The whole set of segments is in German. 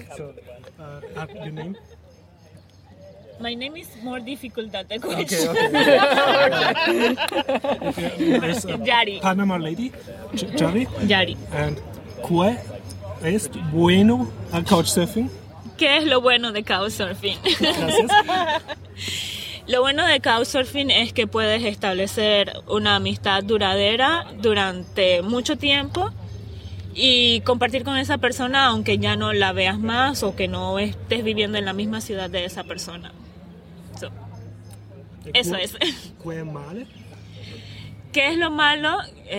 So, your name? My name is more difficult than the question. There's Yari. Panama lady, Yari. Yari. And ¿cuál es bueno a couchsurfing? ¿Qué es lo bueno de couchsurfing? Gracias. Lo bueno de couchsurfing es que puedes establecer una amistad duradera durante mucho tiempo y compartir con esa persona aunque ya no la veas más o que no estés viviendo en la misma ciudad de esa persona. Eso es. ¿Cuál malo? ¿Qué es lo malo?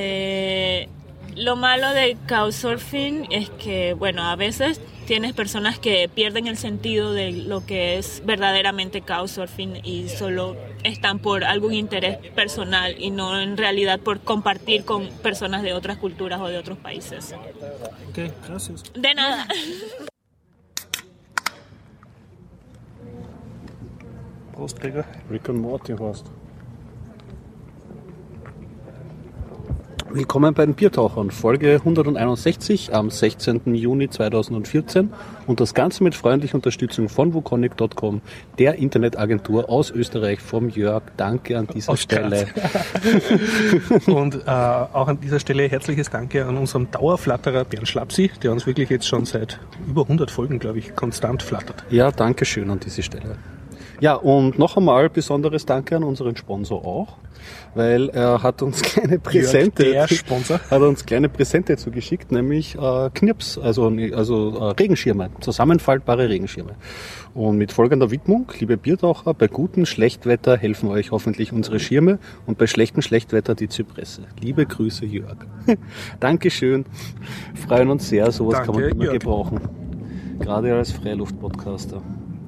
Lo malo de couchsurfing es que, bueno, a veces tienes personas que pierden el sentido de lo que es verdaderamente couchsurfing y solo están por algún interés personal y no en realidad por compartir con personas de otras culturas o de otros países. Ok, gracias. De nada. Prost, Gregor. Rick und Morty heißt. Willkommen bei den Biertauchern, Folge 161 am 16. Juni 2014 und das Ganze mit freundlicher Unterstützung von wukonic.com, der Internetagentur aus Österreich, vom Jörg. Danke an dieser Stelle. Und auch an dieser Stelle herzliches Danke an unseren Dauerflatterer Bernd Schlapsi, der uns wirklich jetzt schon seit über 100 Folgen, glaube ich, konstant flattert. Ja, danke schön an diese Stelle. Ja, und noch einmal besonderes Danke an unseren Sponsor auch, weil er hat uns kleine Präsente, Jörg, der Sponsor, hat uns kleine Präsente zugeschickt, nämlich Knirps, also Regenschirme, zusammenfaltbare Regenschirme. Und mit folgender Widmung: Liebe Biertaucher, bei gutem Schlechtwetter helfen euch hoffentlich unsere Schirme und bei schlechtem Schlechtwetter die Zypresse. Liebe Grüße, Jörg. Dankeschön, freuen uns sehr, sowas Danke, kann man immer Jörg. gebrauchen, gerade als Freiluft-Podcaster.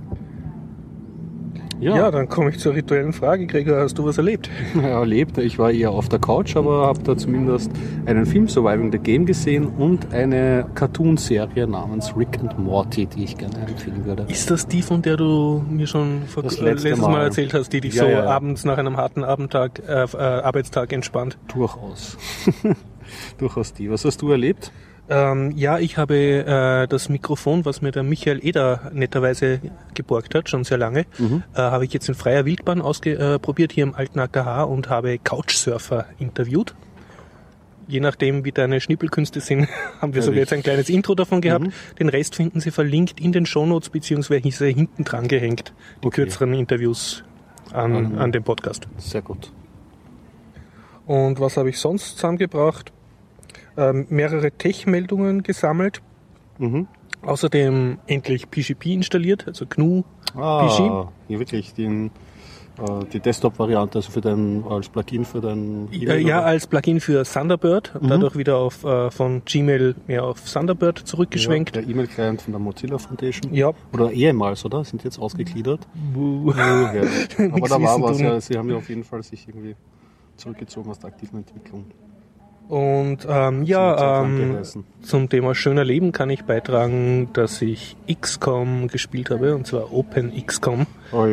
Ja, dann komme ich zur rituellen Frage. Gregor, hast du was erlebt? Ja, erlebt. Ich war eher auf der Couch, aber habe da zumindest einen Film Surviving the Game gesehen und eine Cartoon-Serie namens Rick and Morty, die ich gerne empfehlen würde. Ist das die, von der du mir schon letztes Mal erzählt hast, die dich abends nach einem harten Arbeitstag entspannt? Durchaus. Durchaus die. Was hast du erlebt? Ja, ich habe das Mikrofon, was mir der Michael Eder netterweise geborgt hat, schon sehr lange, habe ich jetzt in freier Wildbahn ausprobiert hier im alten AKH und habe Couchsurfer interviewt. Je nachdem, wie deine Schnippelkünste sind, haben wir sogar jetzt ein kleines Intro davon gehabt. Den Rest finden Sie verlinkt in den Shownotes, beziehungsweise hinten dran gehängt, die kürzeren Interviews an dem Podcast. Sehr gut. Und was habe ich sonst zusammengebracht? Mehrere Tech-Meldungen gesammelt. Außerdem endlich PGP installiert, also GNU PG. Ja, wirklich, die Desktop-Variante, also als Plugin für dein E-Mail? Ja, als Plugin für Thunderbird. Dadurch wieder von Gmail mehr auf Thunderbird zurückgeschwenkt. Ja, der E-Mail-Client von der Mozilla Foundation. Ja. Oder ehemals, oder? Sind jetzt ausgegliedert? Ja. Aber da war was, ja. Sie haben ja auf jeden Fall sich irgendwie zurückgezogen aus der aktiven Entwicklung. Und zum Thema schöner Leben kann ich beitragen, dass ich XCOM gespielt habe, und zwar Open XCOM.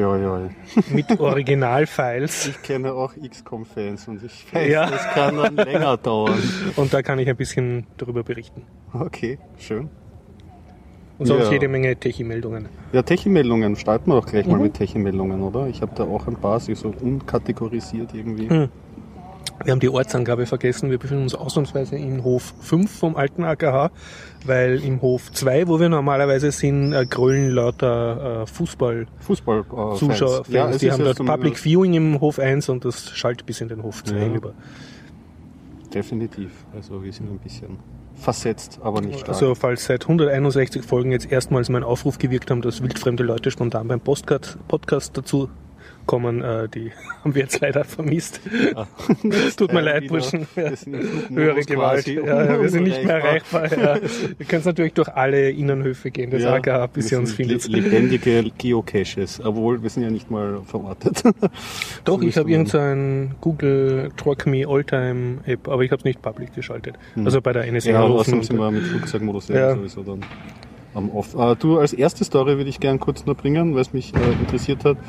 Mit Originalfiles. Ich kenne auch XCOM-Fans und ich weiß, das kann dann länger dauern. Und da kann ich ein bisschen darüber berichten. Okay, schön. Und sonst jede Menge Techie-Meldungen. Ja, Techie-Meldungen, starten wir doch gleich mal mit Techie-Meldungen, oder? Ich habe da auch ein paar, so unkategorisiert irgendwie. Wir haben die Ortsangabe vergessen. Wir befinden uns ausnahmsweise in Hof 5 vom alten AKH, weil im Hof 2, wo wir normalerweise sind, grölen lauter Fußball-Zuschauer. Ja, die haben dort Public Viewing im Hof 1 und das schallt bis in den Hof 2 über. Definitiv. Also wir sind ein bisschen versetzt, aber nicht stark. Also falls seit 161 Folgen jetzt erstmals mein Aufruf gewirkt haben, dass wildfremde Leute spontan beim Podcast dazu kommen, die haben wir jetzt leider vermisst. Ja. Tut mir leid, Burschen. Höhere Gewalt. Wir sind nicht mehr erreichbar. Ja. Wir können natürlich durch alle Innenhöfe gehen, das AKH, bis ihr uns findet. Lebendige Geocaches, obwohl wir sind ja nicht mal verortet. Doch, ich habe irgendein Google Track Me Alltime App, aber ich habe es nicht public geschaltet. Also bei der NSA. Ja, außerdem sind wir mit Flugzeugmodus sowieso dann am Off. Du, als erste Story würde ich gerne kurz nur bringen, weil es mich interessiert hat.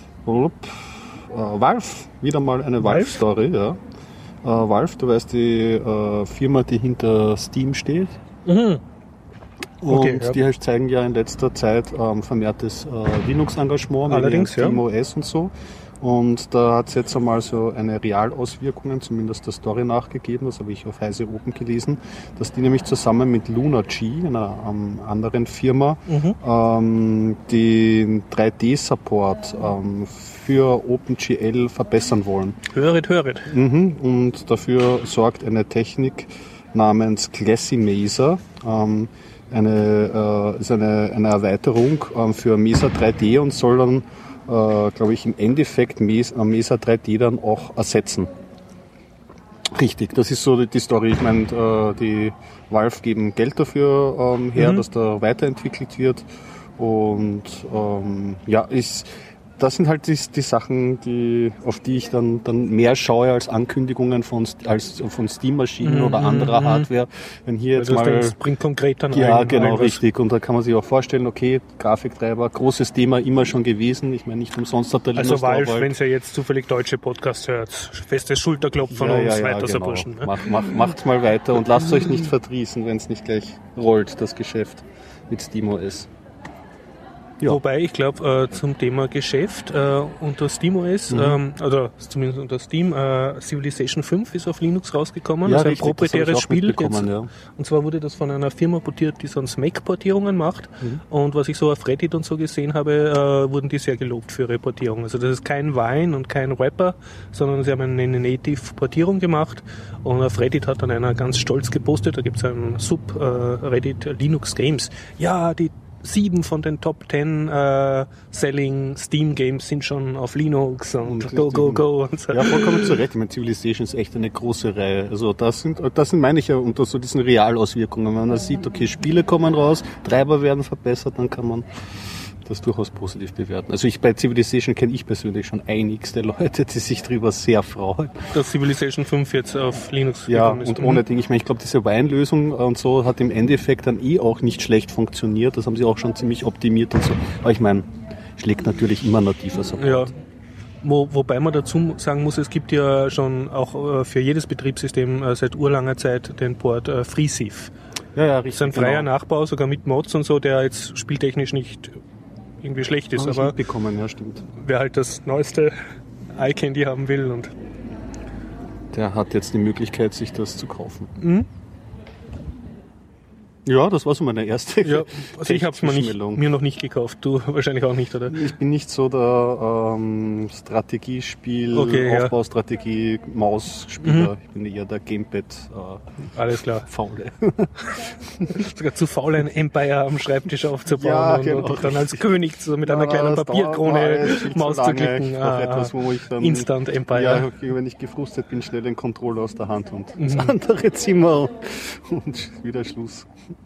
Valve, wieder mal eine Valve-Story, ja. Valve, du weißt, die Firma, die hinter Steam steht. Und die zeigen ja in letzter Zeit vermehrtes Linux-Engagement, allerdings, SteamOS und so. Und da hat es jetzt einmal so eine Realauswirkungen, zumindest der Story nachgegeben, das habe ich auf Heise Open gelesen, dass die nämlich zusammen mit LunaG, einer anderen Firma, den 3D-Support für OpenGL verbessern wollen. Höret. Und dafür sorgt eine Technik namens Classimaser, ist eine Erweiterung für Mesa 3D und soll dann glaube ich, im Endeffekt Mesa 3D dann auch ersetzen. Richtig, das ist so die Story. Ich meine, die Valve geben Geld dafür her, dass da weiterentwickelt wird. Und das sind halt die Sachen, auf die ich dann mehr schaue als Ankündigungen von Steam-Maschinen oder anderer Hardware. Wenn hier jetzt das bringt konkret dann ja, genau, richtig. Und da kann man sich auch vorstellen, okay, Grafiktreiber, großes Thema immer schon gewesen. Ich meine, nicht umsonst hat der Linus also Valve, wenn ihr jetzt zufällig deutsche Podcasts hört, festes Schulterklopfen von uns, weiter so pushen. Ne? Macht's mal weiter und lasst euch nicht verdrießen, wenn es nicht gleich rollt, das Geschäft mit SteamOS. Ja. Wobei ich glaube, zum Thema Geschäft unter SteamOS, oder zumindest unter Steam, Civilization 5 ist auf Linux rausgekommen. Ja, also ein proprietäres Spiel. Jetzt, Und zwar wurde das von einer Firma portiert, die sonst Mac-Portierungen macht. Und was ich so auf Reddit und so gesehen habe, wurden die sehr gelobt für ihre Portierung. Also das ist kein Wine und kein Rapper, sondern sie haben eine Native-Portierung gemacht. Und auf Reddit hat dann einer ganz stolz gepostet, da gibt es einen Sub-Reddit Linux Games. Ja, die 7 von den Top 10 Selling Steam Games sind schon auf Linux und go. Und so. Ja, vollkommen zu Recht. Ich meine, Civilization ist echt eine große Reihe. Also das sind meine ich ja unter so diesen Realauswirkungen. Wenn man da sieht, okay, Spiele kommen raus, Treiber werden verbessert, dann kann man das durchaus positiv bewerten. Also bei Civilization kenne ich persönlich schon einigste Leute, die sich darüber sehr freuen. Dass Civilization 5 jetzt auf Linux gekommen ist. Ja, und ohne Ding. Ich meine, ich glaube, diese Wine-Lösung und so hat im Endeffekt dann auch nicht schlecht funktioniert. Das haben sie auch schon ziemlich optimiert und so. Aber ich meine, schlägt natürlich immer nativer Support. Ja. Wobei man dazu sagen muss, es gibt ja schon auch für jedes Betriebssystem seit urlanger Zeit den Port FreeSIF. Ja, richtig. Das ist ein freier Nachbau, sogar mit Mods und so, der jetzt spieltechnisch nicht irgendwie schlecht ist, aber ja, stimmt. Wer halt das neueste iCandy haben will und der hat jetzt die Möglichkeit, sich das zu kaufen. Ja, das war so meine erste. Ja, also ich habe es mir noch nicht gekauft. Du wahrscheinlich auch nicht, oder? Ich bin nicht so der Strategiespiel, Aufbaustrategie, Mausspieler. Ich bin eher der Gamepad. Alles klar. Faule. Sogar zu faul, ein Empire am Schreibtisch aufzubauen und dann als König mit einer kleinen Papierkrone Maus zu klicken. Etwas, wo ich dann Instant Empire. Ja, okay, wenn ich gefrustet bin, schnell den Controller aus der Hand und ins andere Zimmer und wieder Schluss.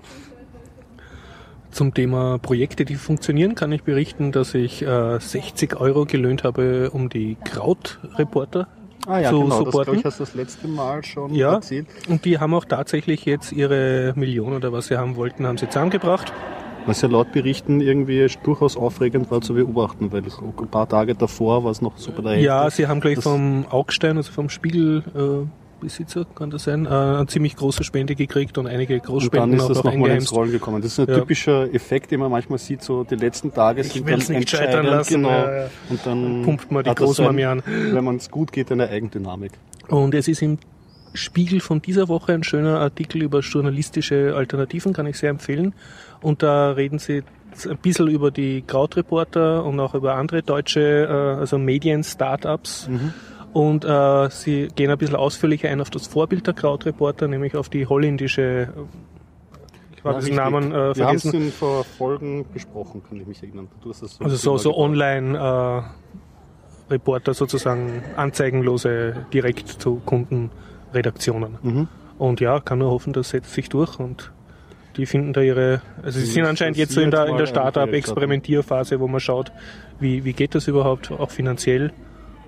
Zum Thema Projekte, die funktionieren, kann ich berichten, dass ich 60 € gelöhnt habe, um die Krautreporter zu supporten. Das hast du das letzte Mal schon erzählt. Und die haben auch tatsächlich jetzt ihre Million oder was sie haben wollten, haben sie zusammengebracht. Was ja laut Berichten irgendwie durchaus aufregend war zu beobachten, weil ein paar Tage davor war es noch so bei der Hälfte. Ja, sie haben gleich vom Augstein, also vom Spiegel Besitzer, kann das sein, eine ziemlich große Spende gekriegt und einige Großspenden auch noch eingeheimst. Und dann ist das nochmal ins Rollen gekommen. Das ist ein typischer Effekt, den man manchmal sieht, so die letzten Tage sind dann nicht scheitern lassen. Genau. Und dann pumpt man die Großmami an. Wenn man es gut geht, eine Eigendynamik. Und es ist im Spiegel von dieser Woche ein schöner Artikel über journalistische Alternativen, kann ich sehr empfehlen. Und da reden sie ein bisschen über die Krautreporter und auch über andere deutsche, also Medien-Startups. Und sie gehen ein bisschen ausführlicher ein auf das Vorbild der Krautreporter, nämlich auf die holländische, ich habe den Namen vergessen. Wir haben es in vor Folgen besprochen, kann ich mich erinnern. Du hast das also so Online-Reporter sozusagen, anzeigenlose, direkt zu Kundenredaktionen. Und ja, kann nur hoffen, das setzt sich durch und die finden da also sie sind anscheinend jetzt so in der Startup-Experimentierphase, wo man schaut, wie geht das überhaupt, auch finanziell.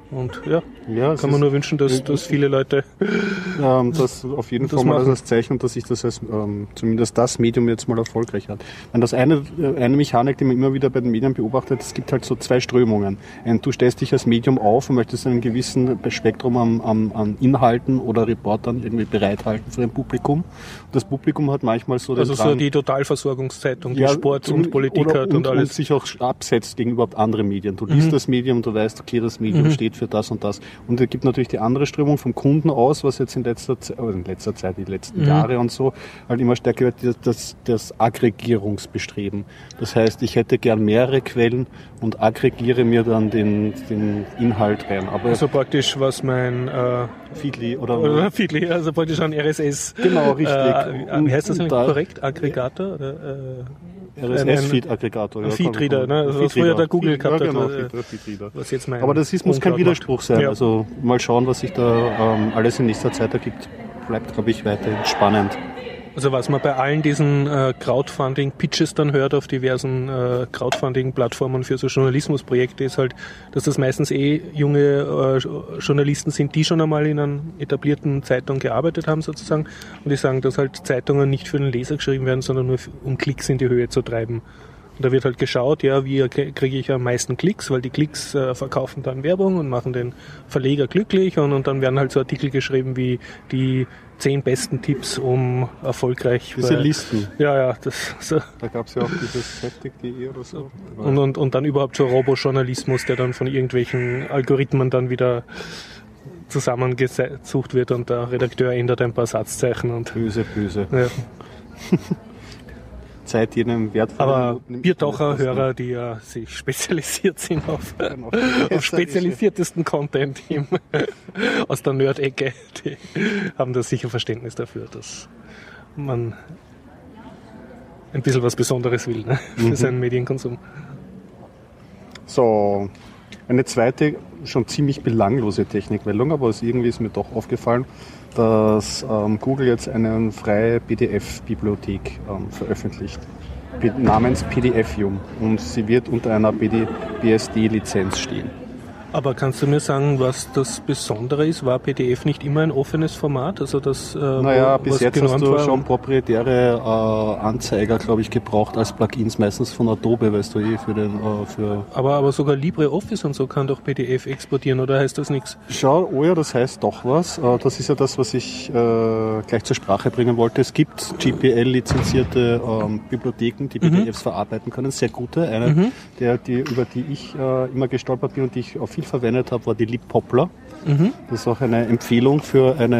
Und ja Ja, kann man nur wünschen, dass viele Leute das auf jeden Fall mal als Zeichen, dass sich das als zumindest das Medium jetzt mal erfolgreich hat. Und das eine Mechanik, die man immer wieder bei den Medien beobachtet, es gibt halt so zwei Strömungen. Du stellst dich als Medium auf und möchtest einen gewissen Spektrum an Inhalten oder Reportern irgendwie bereithalten für ein Publikum. Und das Publikum hat manchmal so den also Drang, so die Totalversorgungszeitung, die Sport und Politik hat und alles. Und sich auch absetzt gegenüber anderen Medien. Du liest das Medium, du weißt, okay, das Medium steht für das und das. Und es gibt natürlich die andere Strömung vom Kunden aus, was jetzt in letzter Zeit, die letzten Jahre und so, halt immer stärker wird, das Aggregierungsbestreben. Das heißt, ich hätte gern mehrere Quellen und aggregiere mir dann den Inhalt rein. Aber also praktisch, was mein Feedly oder Feedly, also praktisch ein RSS. Genau, richtig. Wie heißt das eigentlich korrekt? Aggregator? RSS-Feed-Aggregator. Ja, Feedreader, ne? Also was früher der Google gehabt hat. Genau, Feedreader. Was jetzt mein aber das muss kein Widerspruch sein. Ja. Also mal schauen, was sich da alles in nächster Zeit ergibt. Bleibt, glaube ich, weiterhin spannend. Also was man bei allen diesen Crowdfunding-Pitches dann hört auf diversen Crowdfunding-Plattformen für so Journalismusprojekte ist halt, dass das meistens junge Journalisten sind, die schon einmal in einer etablierten Zeitung gearbeitet haben sozusagen und die sagen, dass halt Zeitungen nicht für den Leser geschrieben werden, sondern nur um Klicks in die Höhe zu treiben. Und da wird halt geschaut, ja, wie kriege ich am meisten Klicks, weil die Klicks verkaufen dann Werbung und machen den Verleger glücklich und dann werden halt so Artikel geschrieben wie die 10 besten Tipps, um erfolgreich... Diese Listen. Ja, so. Da gab es ja auch dieses Septic.de oder so. Und dann überhaupt schon Robojournalismus, der dann von irgendwelchen Algorithmen dann wieder zusammengesucht wird und der Redakteur ändert ein paar Satzzeichen. Und böse. Ja. Zeit jenem wertvollen... Aber Biertaucher-Hörer, die ja sich spezialisiert sind auf spezialisiertesten Content aus der Nerd-Ecke, die haben da sicher Verständnis dafür, dass man ein bisschen was Besonderes will, ne? Für seinen Medienkonsum. So, eine zweite, schon ziemlich belanglose Technikmeldung, aber irgendwie ist mir doch aufgefallen, dass Google jetzt eine freie PDF-Bibliothek veröffentlicht, namens PDF-Yum, und sie wird unter einer BSD-Lizenz stehen. Aber kannst du mir sagen, was das Besondere ist? War PDF nicht immer ein offenes Format? Also das, bis jetzt hast du schon proprietäre Anzeiger, glaube ich, gebraucht als Plugins, meistens von Adobe, weißt du, für... Aber sogar LibreOffice und so kann doch PDF exportieren, oder heißt das nichts? Das heißt doch was. Das ist ja das, was ich gleich zur Sprache bringen wollte. Es gibt GPL-lizenzierte Bibliotheken, die PDFs verarbeiten können, sehr gute. Eine, über die ich immer gestolpert bin und die ich auch viel verwendet habe, war die LibPoplar. Das ist auch eine Empfehlung für eine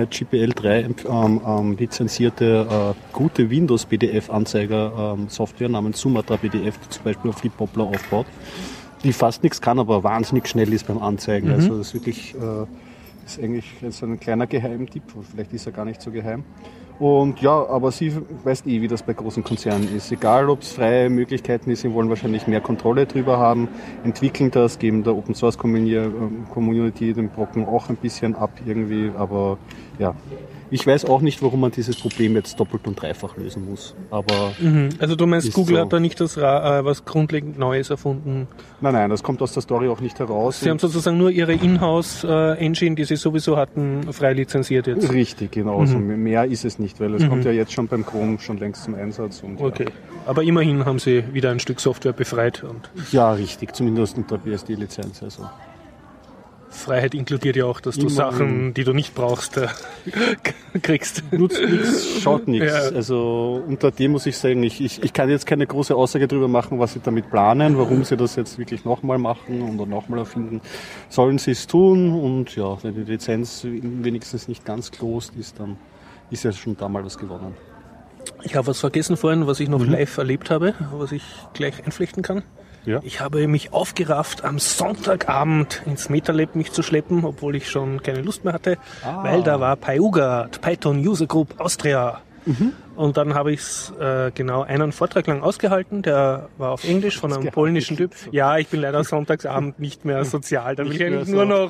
GPL3 lizenzierte gute Windows-PDF-Anzeiger-Software namens Sumatra PDF, die zum Beispiel auf LibPoplar aufbaut, die fast nichts kann, aber wahnsinnig schnell ist beim Anzeigen. Also das ist wirklich ist eigentlich so ein kleiner Geheimtipp, vielleicht ist er gar nicht so geheim. Und ja, aber sie weiß wie das bei großen Konzernen ist. Egal, ob es freie Möglichkeiten ist, sie wollen wahrscheinlich mehr Kontrolle drüber haben, entwickeln das, geben der Open Source Community den Brocken auch ein bisschen ab irgendwie, aber ja. Ich weiß auch nicht, warum man dieses Problem jetzt doppelt und dreifach lösen muss. Aber also du meinst, Google hat da nicht was grundlegend Neues erfunden? Nein, das kommt aus der Story auch nicht heraus. Sie haben sozusagen nur ihre Inhouse-Engine, die sie sowieso hatten, frei lizenziert jetzt? Richtig, genau. Also mehr ist es nicht, weil es kommt ja jetzt schon beim Chrome schon längst zum Einsatz. Und, okay, ja. Aber immerhin haben sie wieder ein Stück Software befreit. Und ja, richtig, zumindest unter BSD-Lizenz. Also. Freiheit inkludiert ja auch, dass du Sachen, die du nicht brauchst, kriegst. Nutzt nichts, schaut nichts. Ja. Also unter dem muss ich sagen, ich kann jetzt keine große Aussage darüber machen, was sie damit planen, warum sie das jetzt wirklich nochmal machen und nochmal erfinden. Sollen sie es tun und ja, wenn die Lizenz wenigstens nicht ganz closed ist, dann ist ja schon da mal was gewonnen. Ich habe was vergessen vorhin, was ich noch live erlebt habe, was ich gleich einflechten kann. Ja. Ich habe mich aufgerafft, am Sonntagabend ins MetaLab mich zu schleppen, obwohl ich schon keine Lust mehr hatte, weil da war PyUGA, Python User Group Austria. Und dann habe ich es genau einen Vortrag lang ausgehalten, der war auf Englisch von einem polnischen Typ. Ja, ich bin leider Sonntagsabend nicht mehr sozial, da will ich eigentlich nur noch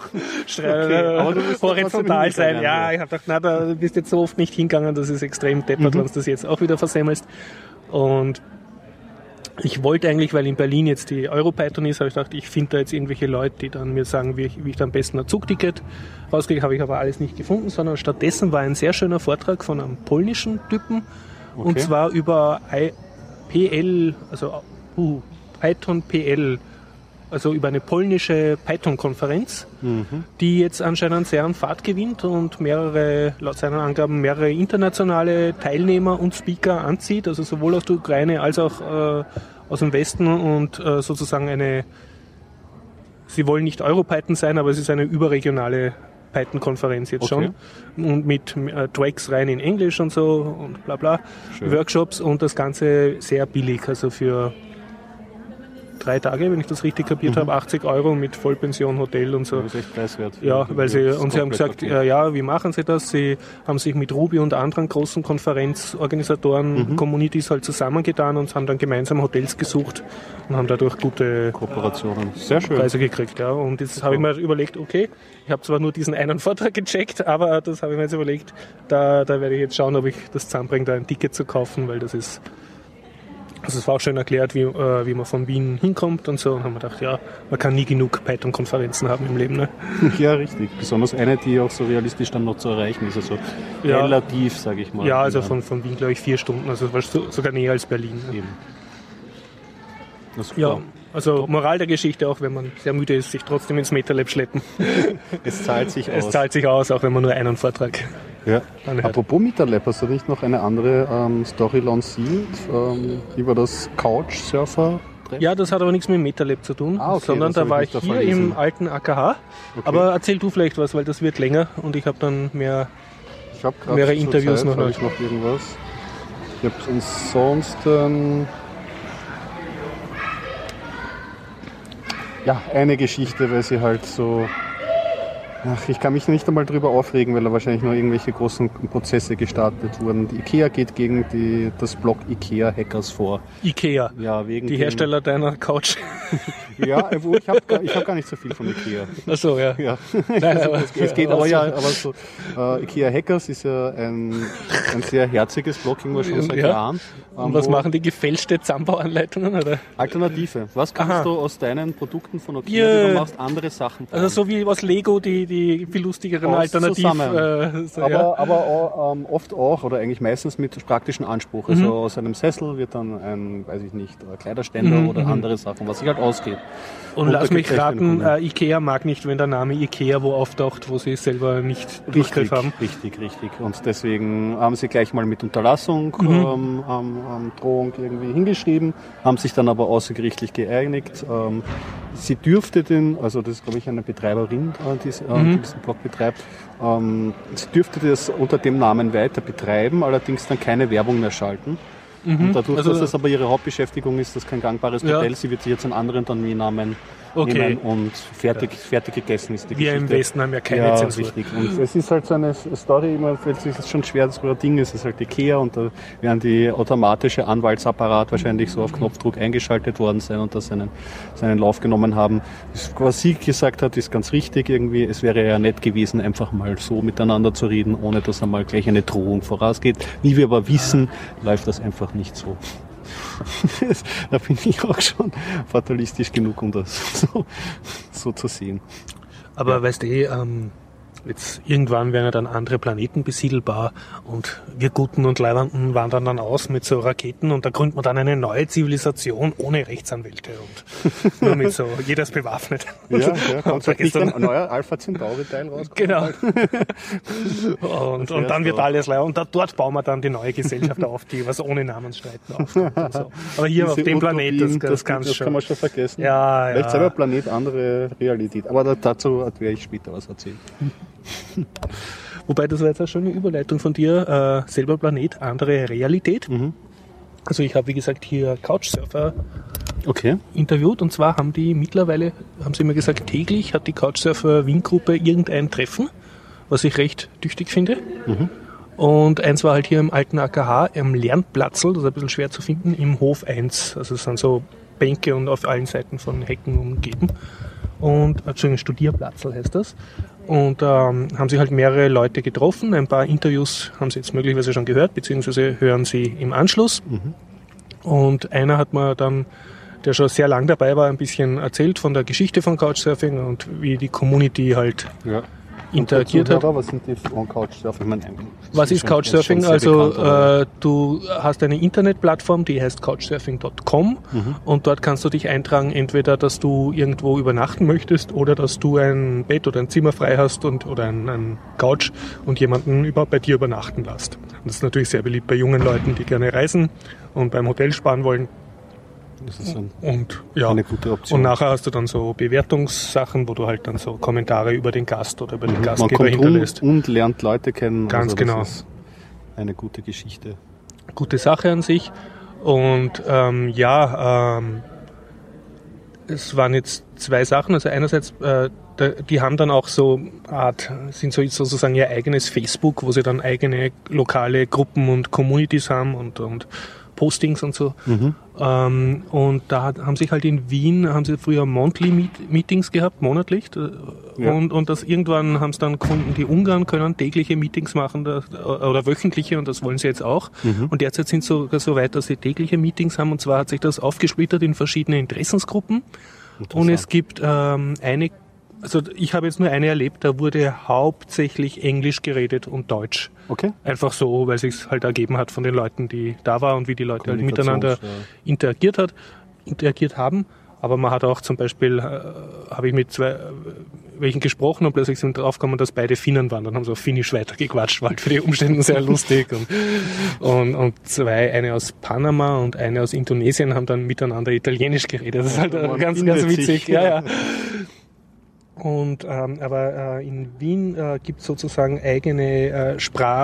horizontal sein. Ja, ich habe gedacht, na, da bist jetzt so oft nicht hingegangen, das ist extrem deppert, wenn du das jetzt auch wieder versemmelst. Und ich wollte eigentlich, weil in Berlin jetzt die Europython ist, habe ich gedacht, ich finde da jetzt irgendwelche Leute, die dann mir sagen, wie ich da am besten ein Zugticket rauskriege, habe ich aber alles nicht gefunden, sondern stattdessen war ein sehr schöner Vortrag von einem polnischen Typen, und zwar über PL, also Python PL, also über eine polnische Python-Konferenz, die jetzt anscheinend sehr an Fahrt gewinnt und laut seinen Angaben mehrere internationale Teilnehmer und Speaker anzieht, also sowohl aus der Ukraine als auch aus dem Westen, und sozusagen sie wollen nicht Europython sein, aber es ist eine überregionale Python-Konferenz jetzt schon, und mit Tracks rein in Englisch und so und bla bla, Workshops, und das Ganze sehr billig, also für 3 Tage, wenn ich das richtig kapiert habe, 80 € mit Vollpension, Hotel und so. Das ist echt preiswert. Ja, sie haben gesagt, wie machen sie das? Sie haben sich mit Ruby und anderen großen Konferenzorganisatoren, Communities halt zusammengetan und haben dann gemeinsam Hotels gesucht und haben dadurch gute Kooperationen. Sehr schön. Preise gekriegt. Ja. Und jetzt habe ich mir überlegt, okay, ich habe zwar nur diesen einen Vortrag gecheckt, aber das habe ich mir jetzt überlegt, da werde ich jetzt schauen, ob ich das zusammenbringe, da ein Ticket zu kaufen, weil das ist... Also es war auch schön erklärt, wie man von Wien hinkommt und so. Und haben wir gedacht, ja, man kann nie genug Python-Konferenzen haben im Leben. Ne? Ja, richtig. Besonders eine, die auch so realistisch dann noch zu erreichen ist. Also relativ, sage ich mal. Ja, also von Wien, glaube ich, 4 Stunden. Also sogar näher als Berlin. Ne? Eben. Ja, also Moral der Geschichte, auch wenn man sehr müde ist, sich trotzdem ins MetaLab schleppen. Es zahlt sich aus. Es zahlt sich aus, auch wenn man nur einen Vortrag anhört. Apropos MetaLab, hast du nicht noch eine andere Story lanciert über das Couchsurfer? Ja, das hat aber nichts mit dem MetaLab zu tun, sondern da war ich hier im alten AKH. Aber erzähl du vielleicht was, weil das wird länger und ich habe dann mehrere Interviews noch. Ich noch irgendwas. Ich habe ansonsten... Ja, eine Geschichte, weil sie halt so... ich kann mich nicht einmal drüber aufregen, weil da wahrscheinlich nur irgendwelche großen Prozesse gestartet wurden. Die IKEA geht gegen das Blog IKEA-Hackers vor. IKEA? Ja, wegen die Hersteller deiner Couch? Ja, ich hab gar nicht so viel von IKEA. Ach so, ja. Nein, es geht aber so. IKEA-Hackers ist ja ein sehr herziges Blog, irgendwo schon seit Jahren. Und was machen die? Gefälschte Zusammenbauanleitungen? Oder? Alternative. Was kannst du aus deinen Produkten von IKEA, die du machst, andere Sachen bauen? Also so wie aus Lego, die viel lustigeren Alternativen. Aber oft auch, oder eigentlich meistens mit praktischen Anspruch. Also aus einem Sessel wird dann ein, weiß ich nicht, Kleiderständer oder andere Sachen, was sich halt ausgeht. Und lass mich raten, IKEA mag nicht, wenn der Name IKEA wo auftaucht, wo sie selber nicht Durchgriff haben. Richtig. Und deswegen haben sie gleich mal mit Unterlassung Drohung irgendwie hingeschrieben, haben sich dann aber außergerichtlich geeinigt. Sie dürfte also das ist glaube ich eine Betreiberin, die diesen Blog betreibt, sie dürfte das unter dem Namen weiter betreiben, allerdings dann keine Werbung mehr schalten. Und dadurch, dass das aber ihre Hauptbeschäftigung ist, das kein gangbares Modell, sie wird sich jetzt einen anderen Domainnamen nehmen und fertig gegessen ist die Geschichte. Wir im Westen haben ja keine Zensur. Richtig. Und es ist halt so eine Story, es ist schon schwer, das Ding ist, es ist halt IKEA und da werden die automatische Anwaltsapparat wahrscheinlich so auf Knopfdruck eingeschaltet worden sein und da seinen Lauf genommen haben. Was sie gesagt hat, ist ganz richtig irgendwie. Es wäre ja nett gewesen, einfach mal so miteinander zu reden, ohne dass einmal gleich eine Drohung vorausgeht. Wie wir aber wissen, läuft das einfach nicht so. Da bin ich auch schon fatalistisch genug, um das so zu sehen. Aber weißt du, jetzt irgendwann werden ja dann andere Planeten besiedelbar und wir Guten und Leibenden wandern dann aus mit so Raketen und da gründet man dann eine neue Zivilisation ohne Rechtsanwälte und nur mit so, jeder ist bewaffnet. Ja, kommt halt nicht ein neuer Alpha Centauri-Teil raus. Genau. und dann wird alles leer und dort bauen wir dann die neue Gesellschaft auf, die was ohne Namensstreiten aufkommt und so. Aber hier auf dem Planet, das kann man schon vergessen. Ja, vielleicht selber Planet, andere Realität. Aber dazu werde ich später was erzählen. Wobei, das war jetzt eine schöne Überleitung von dir. Selber Planet, andere Realität. Also ich habe, wie gesagt, hier Couchsurfer interviewt und zwar haben sie mir gesagt, täglich hat die Couchsurfer Wien-Gruppe irgendein Treffen, was ich recht tüchtig finde. Und eins war halt hier im alten AKH, am Lernplatzl, das ist ein bisschen schwer zu finden, im Hof 1. Also es sind so Bänke und auf allen Seiten von Hecken umgeben. Und Studierplatzl heißt das. Und haben sich halt mehrere Leute getroffen. Ein paar Interviews haben sie jetzt möglicherweise schon gehört, beziehungsweise hören sie im Anschluss. Und einer hat mir dann, der schon sehr lang dabei war, ein bisschen erzählt von der Geschichte von Couchsurfing und wie die Community halt interagiert hat. Was sind die von Couchsurfing? Was ist Couchsurfing? Also du hast eine Internetplattform, die heißt couchsurfing.com und dort kannst du dich eintragen, entweder, dass du irgendwo übernachten möchtest oder dass du ein Bett oder ein Zimmer frei hast oder ein Couch und jemanden bei dir übernachten lässt. Und das ist natürlich sehr beliebt bei jungen Leuten, die gerne reisen und beim Hotel sparen wollen. Das ist eine gute Option. Und nachher hast du dann so Bewertungssachen, wo du halt dann so Kommentare über den Gast oder über den Gastgeber hinterlässt. Und lernt Leute kennen. Ganz genau. Das ist eine gute Geschichte. Gute Sache an sich. Und es waren jetzt zwei Sachen. Also einerseits, die haben dann auch sind sozusagen ihr eigenes Facebook, wo sie dann eigene lokale Gruppen und Communities haben und Postings und so. Und da haben sich halt in Wien, haben sie früher Monthly Meetings gehabt, monatlich. Und das irgendwann haben es dann gefunden, die Ungarn können tägliche Meetings machen oder wöchentliche und das wollen sie jetzt auch. Und derzeit sind sie sogar so weit, dass sie tägliche Meetings haben und zwar hat sich das aufgesplittert in verschiedene Interessensgruppen. Und es gibt also ich habe jetzt nur eine erlebt, da wurde hauptsächlich Englisch geredet und Deutsch. Okay. Einfach so, weil es sich halt ergeben hat von den Leuten, die da waren und wie die Leute halt miteinander interagiert haben. Aber man hat auch zum Beispiel, habe ich mit welchen gesprochen und plötzlich sind draufgekommen, dass beide Finnen waren. Dann haben sie auf Finnisch weitergequatscht, war halt für die Umstände sehr lustig. Und eine aus Panama und eine aus Indonesien haben dann miteinander Italienisch geredet. Das ist halt ganz witzig. Ja. Und aber in Wien gibt es sozusagen eigene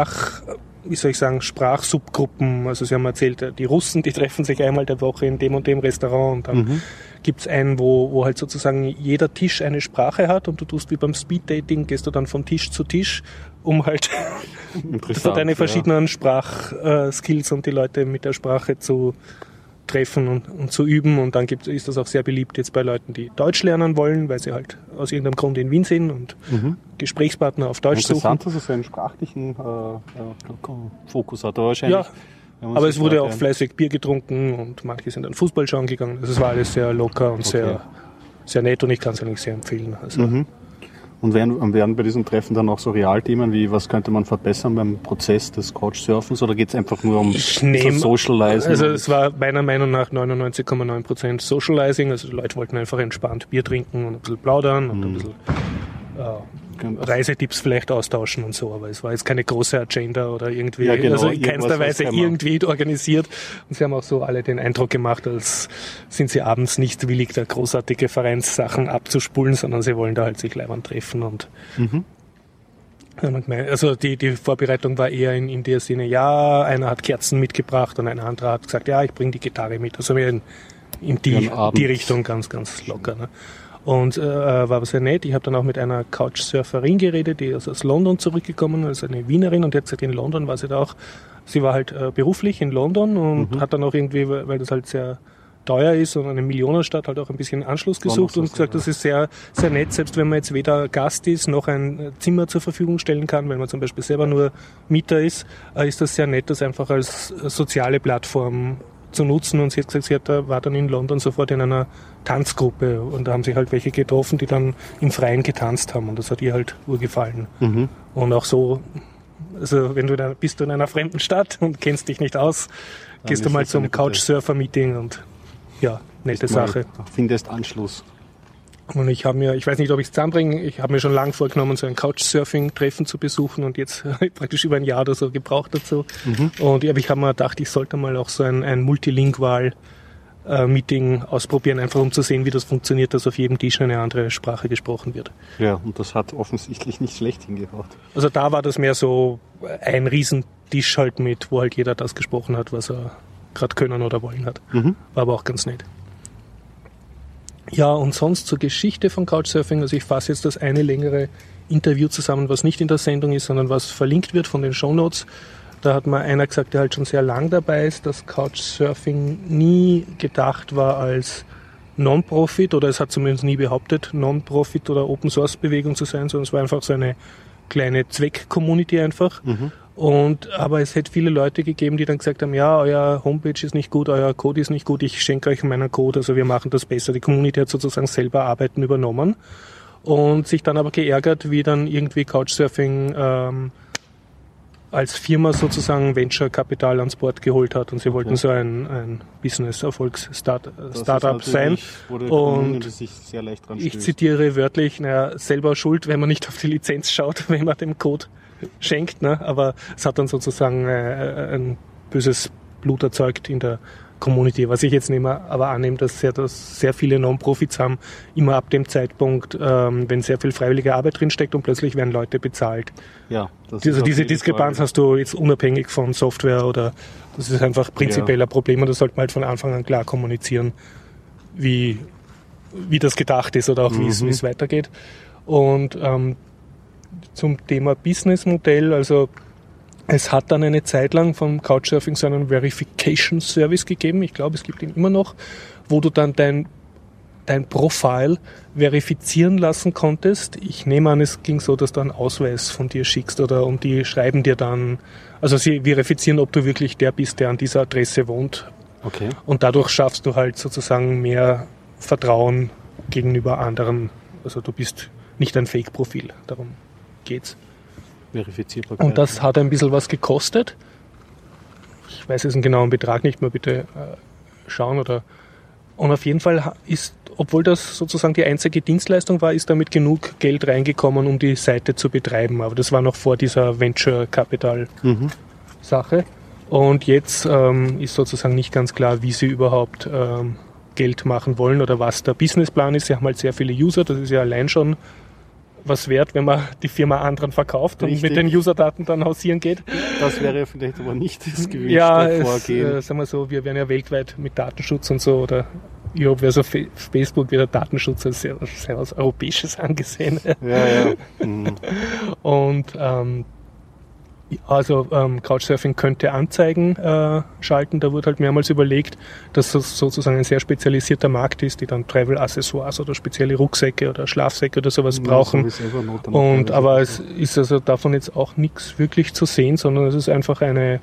Sprachsubgruppen. Also sie haben erzählt, die Russen, die treffen sich einmal der Woche in dem und dem Restaurant und dann gibt's einen, wo halt sozusagen jeder Tisch eine Sprache hat und du tust wie beim Speeddating, gehst du dann von Tisch zu Tisch, um halt deine verschiedenen Sprachskills und die Leute mit der Sprache zu treffen und zu üben und dann ist das auch sehr beliebt jetzt bei Leuten, die Deutsch lernen wollen, weil sie halt aus irgendeinem Grund in Wien sind und Gesprächspartner auf Deutsch suchen. Interessant, dass es so einen sprachlichen Fokus hat, aber wahrscheinlich. Ja, aber es wurde auch fleißig Bier getrunken und manche sind dann Fußball schauen gegangen. Also es war alles sehr locker und sehr, sehr nett und ich kann es eigentlich sehr empfehlen. Also Und werden bei diesen Treffen dann auch so Realthemen wie, was könnte man verbessern beim Prozess des Couchsurfens oder geht es einfach nur um Socializing? Also es war meiner Meinung nach 99,9% Socializing, also die Leute wollten einfach entspannt Bier trinken und ein bisschen plaudern und ein bisschen Reisetipps vielleicht austauschen und so, aber es war jetzt keine große Agenda oder irgendwie, also in keinster Weise irgendwie organisiert und sie haben auch so alle den Eindruck gemacht, als sind sie abends nicht willig, da großartige Vereinssachen abzuspulen, sondern sie wollen da halt sich leibend treffen und also die Vorbereitung war eher in der Sinne, einer hat Kerzen mitgebracht und ein anderer hat gesagt, ich bringe die Gitarre mit, also mehr in die Richtung ganz, ganz locker, ne? Und war sehr nett. Ich habe dann auch mit einer Couchsurferin geredet, die ist aus London zurückgekommen, also eine Wienerin und jetzt in London war sie da auch. Sie war halt beruflich in London und hat dann auch irgendwie, weil das halt sehr teuer ist und eine Millionenstadt, halt auch ein bisschen Anschluss gesucht und gesagt, das ist sehr, sehr nett, selbst wenn man jetzt weder Gast ist, noch ein Zimmer zur Verfügung stellen kann, wenn man zum Beispiel selber nur Mieter ist das sehr nett, das einfach als soziale Plattform zu nutzen und sie hat gesagt, war dann in London sofort in einer Tanzgruppe und da haben sich halt welche getroffen, die dann im Freien getanzt haben und das hat ihr halt urgefallen. Und auch so, also wenn bist du in einer fremden Stadt und kennst dich nicht aus, gehst du mal zum Couchsurfer-Meeting und nette Sache. Findest Anschluss. Und ich weiß nicht, ob ich es zusammenbringe, ich habe mir schon lange vorgenommen, so ein Couchsurfing-Treffen zu besuchen und jetzt praktisch über ein Jahr oder so gebraucht dazu. Und ich habe mir gedacht, ich sollte mal auch so ein Multilingual-Meeting ausprobieren, einfach um zu sehen, wie das funktioniert, dass auf jedem Tisch eine andere Sprache gesprochen wird. Ja, und das hat offensichtlich nicht schlecht hingebracht. Also da war das mehr so ein Riesentisch halt wo halt jeder das gesprochen hat, was er gerade können oder wollen hat. War aber auch ganz nett. Ja, und sonst zur Geschichte von Couchsurfing, also ich fasse jetzt das eine längere Interview zusammen, was nicht in der Sendung ist, sondern was verlinkt wird von den Shownotes. Da hat mal einer gesagt, der halt schon sehr lang dabei ist, dass Couchsurfing nie gedacht war als Non-Profit oder es hat zumindest nie behauptet, Non-Profit oder Open-Source-Bewegung zu sein, sondern es war einfach so eine kleine Zweck-Community einfach. Aber es hätte viele Leute gegeben, die dann gesagt haben, ja, euer Homepage ist nicht gut, euer Code ist nicht gut, ich schenke euch meinen Code, also wir machen das besser. Die Community hat sozusagen selber Arbeiten übernommen und sich dann aber geärgert, wie dann irgendwie Couchsurfing als Firma sozusagen Venture-Kapital ans Board geholt hat und sie wollten so ein Business-Erfolgs-Startup sein. Und ich zitiere wörtlich, selber schuld, wenn man nicht auf die Lizenz schaut, wenn man dem Code schenkt, ne? Aber es hat dann sozusagen ein böses Blut erzeugt in der Community, was ich jetzt nicht mehr aber annehme, dass sehr viele Non-Profits haben, immer ab dem Zeitpunkt, wenn sehr viel freiwillige Arbeit drinsteckt und plötzlich werden Leute bezahlt. Ja, also diese Diskrepanz hast du jetzt unabhängig von Software oder das ist einfach prinzipiell ein Problem und das sollte man halt von Anfang an klar kommunizieren, wie das gedacht ist oder auch wie es weitergeht. Und zum Thema Businessmodell, also es hat dann eine Zeit lang vom Couchsurfing so einen Verification Service gegeben, ich glaube, es gibt ihn immer noch, wo du dann dein Profil verifizieren lassen konntest. Ich nehme an, es ging so, dass du einen Ausweis von dir schickst und die schreiben dir dann, also sie verifizieren, ob du wirklich der bist, der an dieser Adresse wohnt. Okay. Und dadurch schaffst du halt sozusagen mehr Vertrauen gegenüber anderen. Also du bist nicht ein Fake-Profil, darum geht's. Verifizierbarkeit. Und das hat ein bisschen was gekostet. Ich weiß jetzt den genauen Betrag nicht mehr, bitte schauen. Und auf jeden Fall ist, obwohl das sozusagen die einzige Dienstleistung war, ist damit genug Geld reingekommen, um die Seite zu betreiben. Aber das war noch vor dieser Venture Capital Sache. Und jetzt ist sozusagen nicht ganz klar, wie sie überhaupt Geld machen wollen oder was der Businessplan ist. Sie haben halt sehr viele User, das ist ja allein schon was wert, wenn man die Firma anderen verkauft und mit den Userdaten dann hausieren geht. Das wäre vielleicht aber nicht das gewünschte Vorgehen. Sagen wir so, wir werden ja weltweit mit Datenschutz und so oder Europe versus Facebook wird der Datenschutz als sehr was Europäisches angesehen. Ja. Und Couchsurfing könnte Anzeigen schalten. Da wurde halt mehrmals überlegt, dass das sozusagen ein sehr spezialisierter Markt ist, die dann Travel-Accessoires oder spezielle Rucksäcke oder Schlafsäcke oder sowas brauchen. Aber es ist also davon jetzt auch nichts wirklich zu sehen, sondern es ist einfach eine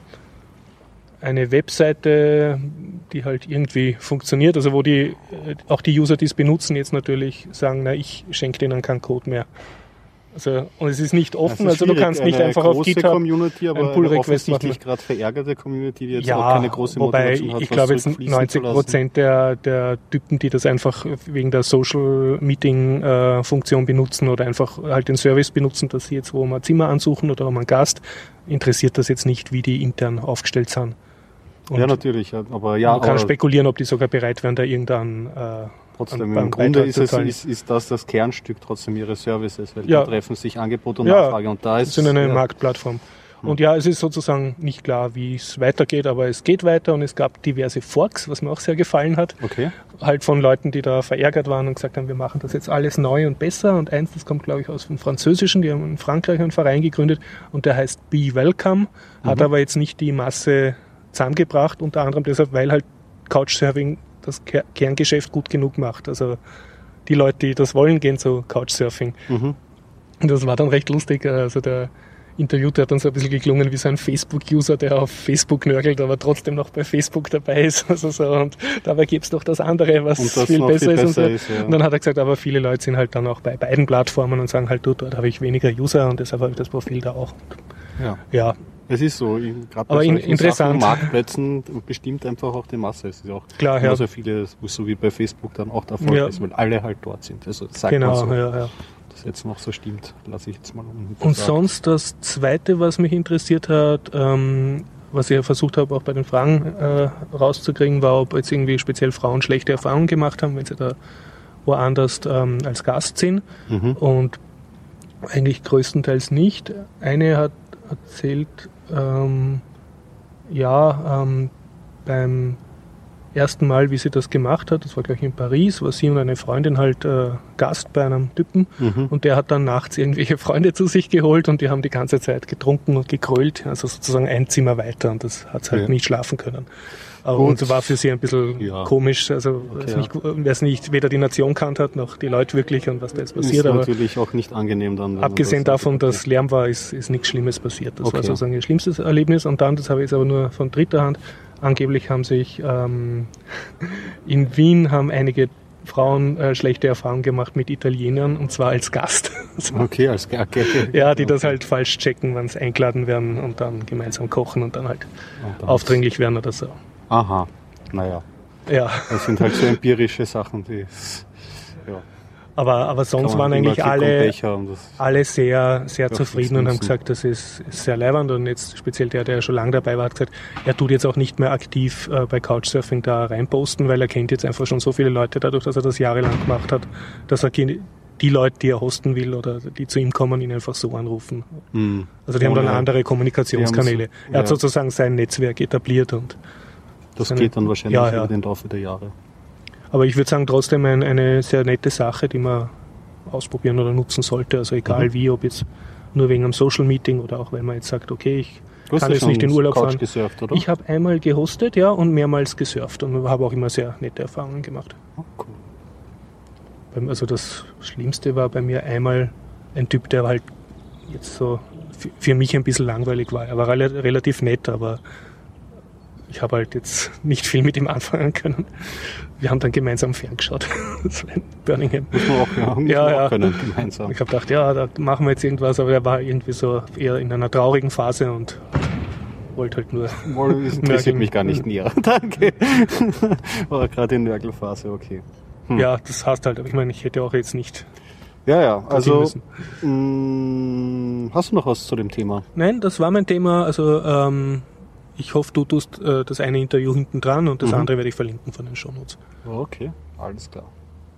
Webseite, die halt irgendwie funktioniert, also wo auch die User, die es benutzen, jetzt natürlich sagen, ich schenke denen keinen Code mehr. Also, und es ist nicht offen, also du kannst nicht einfach auf GitHub Community, aber einen Pull-Request machen. Gerade verärgerte Community, die jetzt auch keine große Motivation hat. Ich glaube jetzt 90% der Typen, die das einfach wegen der Social-Meeting-Funktion benutzen oder einfach halt den Service benutzen, dass sie jetzt wo man Zimmer ansuchen oder um einen Gast, interessiert das jetzt nicht, wie die intern aufgestellt sind. Und ja, natürlich. Aber man kann spekulieren, ob die sogar bereit wären, da irgendein trotzdem, im Grunde ist das Kernstück trotzdem ihre Services, weil da treffen sich Angebot und Nachfrage. Und da ist eine Marktplattform. Und es ist sozusagen nicht klar, wie es weitergeht, aber es geht weiter und es gab diverse Forks, was mir auch sehr gefallen hat. Okay. Halt von Leuten, die da verärgert waren und gesagt haben, wir machen das jetzt alles neu und besser. Und eins, das kommt glaube ich aus dem Französischen, die haben in Frankreich einen Verein gegründet und der heißt Be Welcome, hat aber jetzt nicht die Masse zusammengebracht, unter anderem deshalb, weil halt Couchsurfing das Kerngeschäft gut genug macht. Also die Leute, die das wollen, gehen zu Couchsurfing. Und das war dann recht lustig. Also der Interviewte hat dann so ein bisschen geklungen wie so ein Facebook-User, der auf Facebook nörgelt, aber trotzdem noch bei Facebook dabei ist. Also so, und dabei gibt es doch das andere, was viel besser ist. Und dann hat er gesagt, aber viele Leute sind halt dann auch bei beiden Plattformen und sagen halt, dort habe ich weniger User und deshalb habe ich das Profil da auch. Ja. Es ist so, gerade bei interessant. Marktplätzen bestimmt einfach auch die Masse. Es ist auch klar, genauso viele, so wie bei Facebook dann auch der Erfolg ist, weil alle halt dort sind. Also sagt man so. Das jetzt noch so stimmt, lasse ich jetzt mal Und sonst das Zweite, was mich interessiert hat, was ich ja versucht habe, auch bei den Fragen rauszukriegen, war, ob jetzt irgendwie speziell Frauen schlechte Erfahrungen gemacht haben, wenn sie da woanders als Gast sind. Und eigentlich größtenteils nicht. Eine hat erzählt, beim ersten Mal, wie sie das gemacht hat, das war gleich in Paris, war sie und eine Freundin halt Gast bei einem Typen und der hat dann nachts irgendwelche Freunde zu sich geholt und die haben die ganze Zeit getrunken und gekrölt, also sozusagen ein Zimmer weiter und das hat sie halt nicht schlafen können. Und war für sie ein bisschen komisch. Also wer es nicht weder die Nation kannt hat, noch die Leute wirklich und was da jetzt passiert. Ist natürlich auch nicht angenehm dann. Abgesehen davon, dass Lärm war, ist nichts Schlimmes passiert. Das war sozusagen ein schlimmstes Erlebnis. Und dann, das habe ich jetzt aber nur von dritter Hand, angeblich haben sich in Wien haben einige Frauen schlechte Erfahrungen gemacht mit Italienern, und zwar als Gast. Okay, als Gast. Ja, die das halt falsch checken, wenn sie eingeladen werden und dann gemeinsam kochen und dann halt aufdringlich werden oder so. Aha, naja. Ja. Das sind halt so empirische Sachen, die... Ja. Aber sonst waren eigentlich alle sehr, sehr zufrieden und haben gesagt, das ist sehr leiwand. Und jetzt speziell der schon lange dabei war, hat gesagt, er tut jetzt auch nicht mehr aktiv bei Couchsurfing da reinposten, weil er kennt jetzt einfach schon so viele Leute dadurch, dass er das jahrelang gemacht hat, dass er die Leute, die er hosten will oder die zu ihm kommen, ihn einfach so anrufen. Also die haben dann andere Kommunikationskanäle. Er hat sozusagen sein Netzwerk etabliert. Und das geht dann wahrscheinlich über den Laufe der Jahre. Aber ich würde sagen, trotzdem eine sehr nette Sache, die man ausprobieren oder nutzen sollte. Also egal wie, ob jetzt nur wegen einem Social Meeting oder auch wenn man jetzt sagt, okay, ich kann jetzt nicht in Urlaub fahren. Gesurft, oder? Ich habe einmal gehostet, ja, und mehrmals gesurft und habe auch immer sehr nette Erfahrungen gemacht. Oh, cool. Also das Schlimmste war bei mir einmal ein Typ, der halt jetzt so für mich ein bisschen langweilig war. Er war relativ nett, aber ich habe halt jetzt nicht viel mit ihm anfangen können. Wir haben dann gemeinsam ferngeschaut. Das war in Birmingham. Muss man auch können, gemeinsam. Ich habe gedacht, da machen wir jetzt irgendwas, aber er war irgendwie so eher in einer traurigen Phase und wollte halt nur... Das interessiert mich gar nicht näher. Danke. War gerade in Nörgelphase, okay. Ja, das heißt halt, aber ich meine, ich hätte auch jetzt nicht... Ja, also hast du noch was zu dem Thema? Nein, das war mein Thema, also... Ich hoffe, du tust das eine Interview hinten dran und das andere werde ich verlinken von den Shownotes. Okay, alles klar.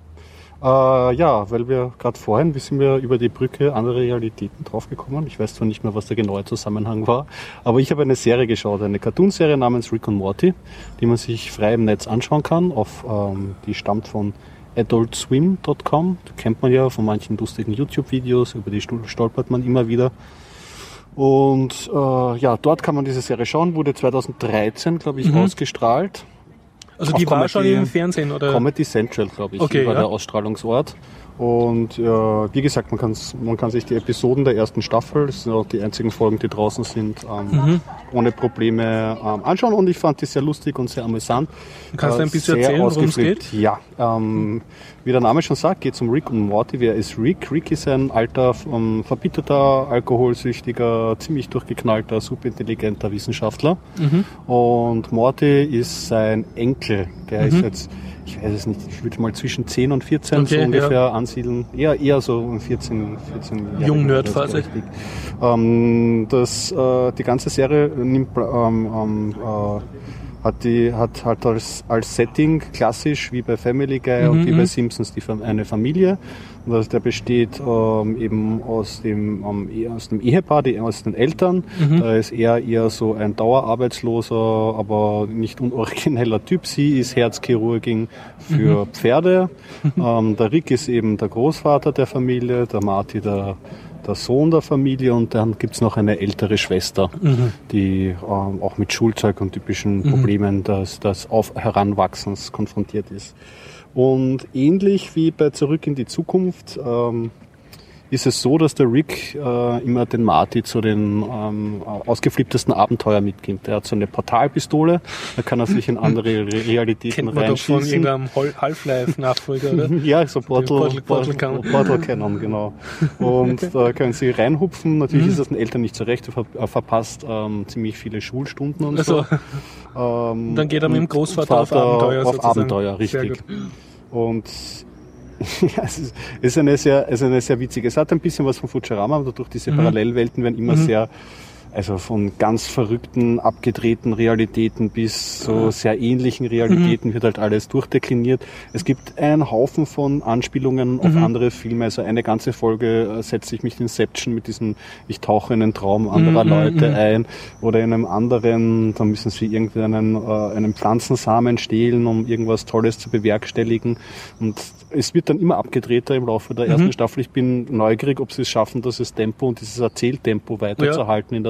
Weil wir gerade vorhin, wie sind wir über die Brücke andere Realitäten draufgekommen? Ich weiß zwar nicht mehr, was der genaue Zusammenhang war, aber ich habe eine Serie geschaut, eine Cartoonserie namens Rick und Morty, die man sich frei im Netz anschauen kann. Die stammt von adultswim.com. Die kennt man ja von manchen lustigen YouTube-Videos, über die stolpert man immer wieder. Und dort kann man diese Serie schauen, wurde 2013, glaube ich, ausgestrahlt. Also die war schon im Fernsehen, oder? Comedy Central, glaube ich, war der Ausstrahlungsort. Und wie gesagt, man kann sich die Episoden der ersten Staffel, das sind auch die einzigen Folgen, die draußen sind, ohne Probleme anschauen. Und ich fand die sehr lustig und sehr amüsant. Kannst du ein bisschen erzählen, worum es geht? Ja, wie der Name schon sagt, geht es um Rick und Morty. Wer ist Rick? Rick ist ein alter, verbitterter, alkoholsüchtiger, ziemlich durchgeknallter, superintelligenter Wissenschaftler. Und Morty ist sein Enkel. Der ist jetzt, ich weiß es nicht, ich würde mal zwischen 10 und 14 so ungefähr ansiedeln. Eher so 14 Jahre. Jung-Nerd-Phase. Die ganze Serie nimmt, hat halt als Setting klassisch wie bei Family Guy und wie bei Simpsons eine Familie. Und der besteht eben aus dem Ehepaar, aus den Eltern. Da ist er eher so ein dauerarbeitsloser, aber nicht unorigineller Typ. Sie ist Herzchirurgin für Pferde. Der Rick ist eben der Großvater der Familie, der Marty der Sohn der Familie, und dann gibt's noch eine ältere Schwester, die auch mit Schulzeug und typischen Problemen des Heranwachsens konfrontiert ist. Und ähnlich wie bei Zurück in die Zukunft ist es so, dass der Rick immer den Marty zu den ausgeflipptesten Abenteuern mitgibt. Er hat so eine Portalpistole, da kann er sich in andere Realitäten reinschießen. Kennt man doch von irgendeinem Half-Life-Nachfolger, oder? Ja, so Portal Cannon, genau. Und da können sie reinhupfen. Natürlich ist das den Eltern nicht so recht, er verpasst ziemlich viele Schulstunden und so. Dann geht er mit dem Großvater auf Abenteuer sozusagen. Auf Abenteuer, richtig. Und ja, es ist eine sehr witzige. Es hat ein bisschen was von Futurama, aber durch diese Parallelwelten werden immer sehr, also von ganz verrückten, abgedrehten Realitäten bis so sehr ähnlichen Realitäten wird halt alles durchdekliniert. Es gibt einen Haufen von Anspielungen auf andere Filme. Also eine ganze Folge setzt sich mit Inception, mit diesem, ich tauche in den Traum anderer Leute ein, oder in einem anderen, da müssen sie irgendwie einen Pflanzensamen stehlen, um irgendwas Tolles zu bewerkstelligen. Und es wird dann immer abgedrehter im Laufe der ersten Staffel. Ich bin neugierig, ob sie es schaffen, dieses Tempo und dieses Erzähltempo weiterzuhalten in der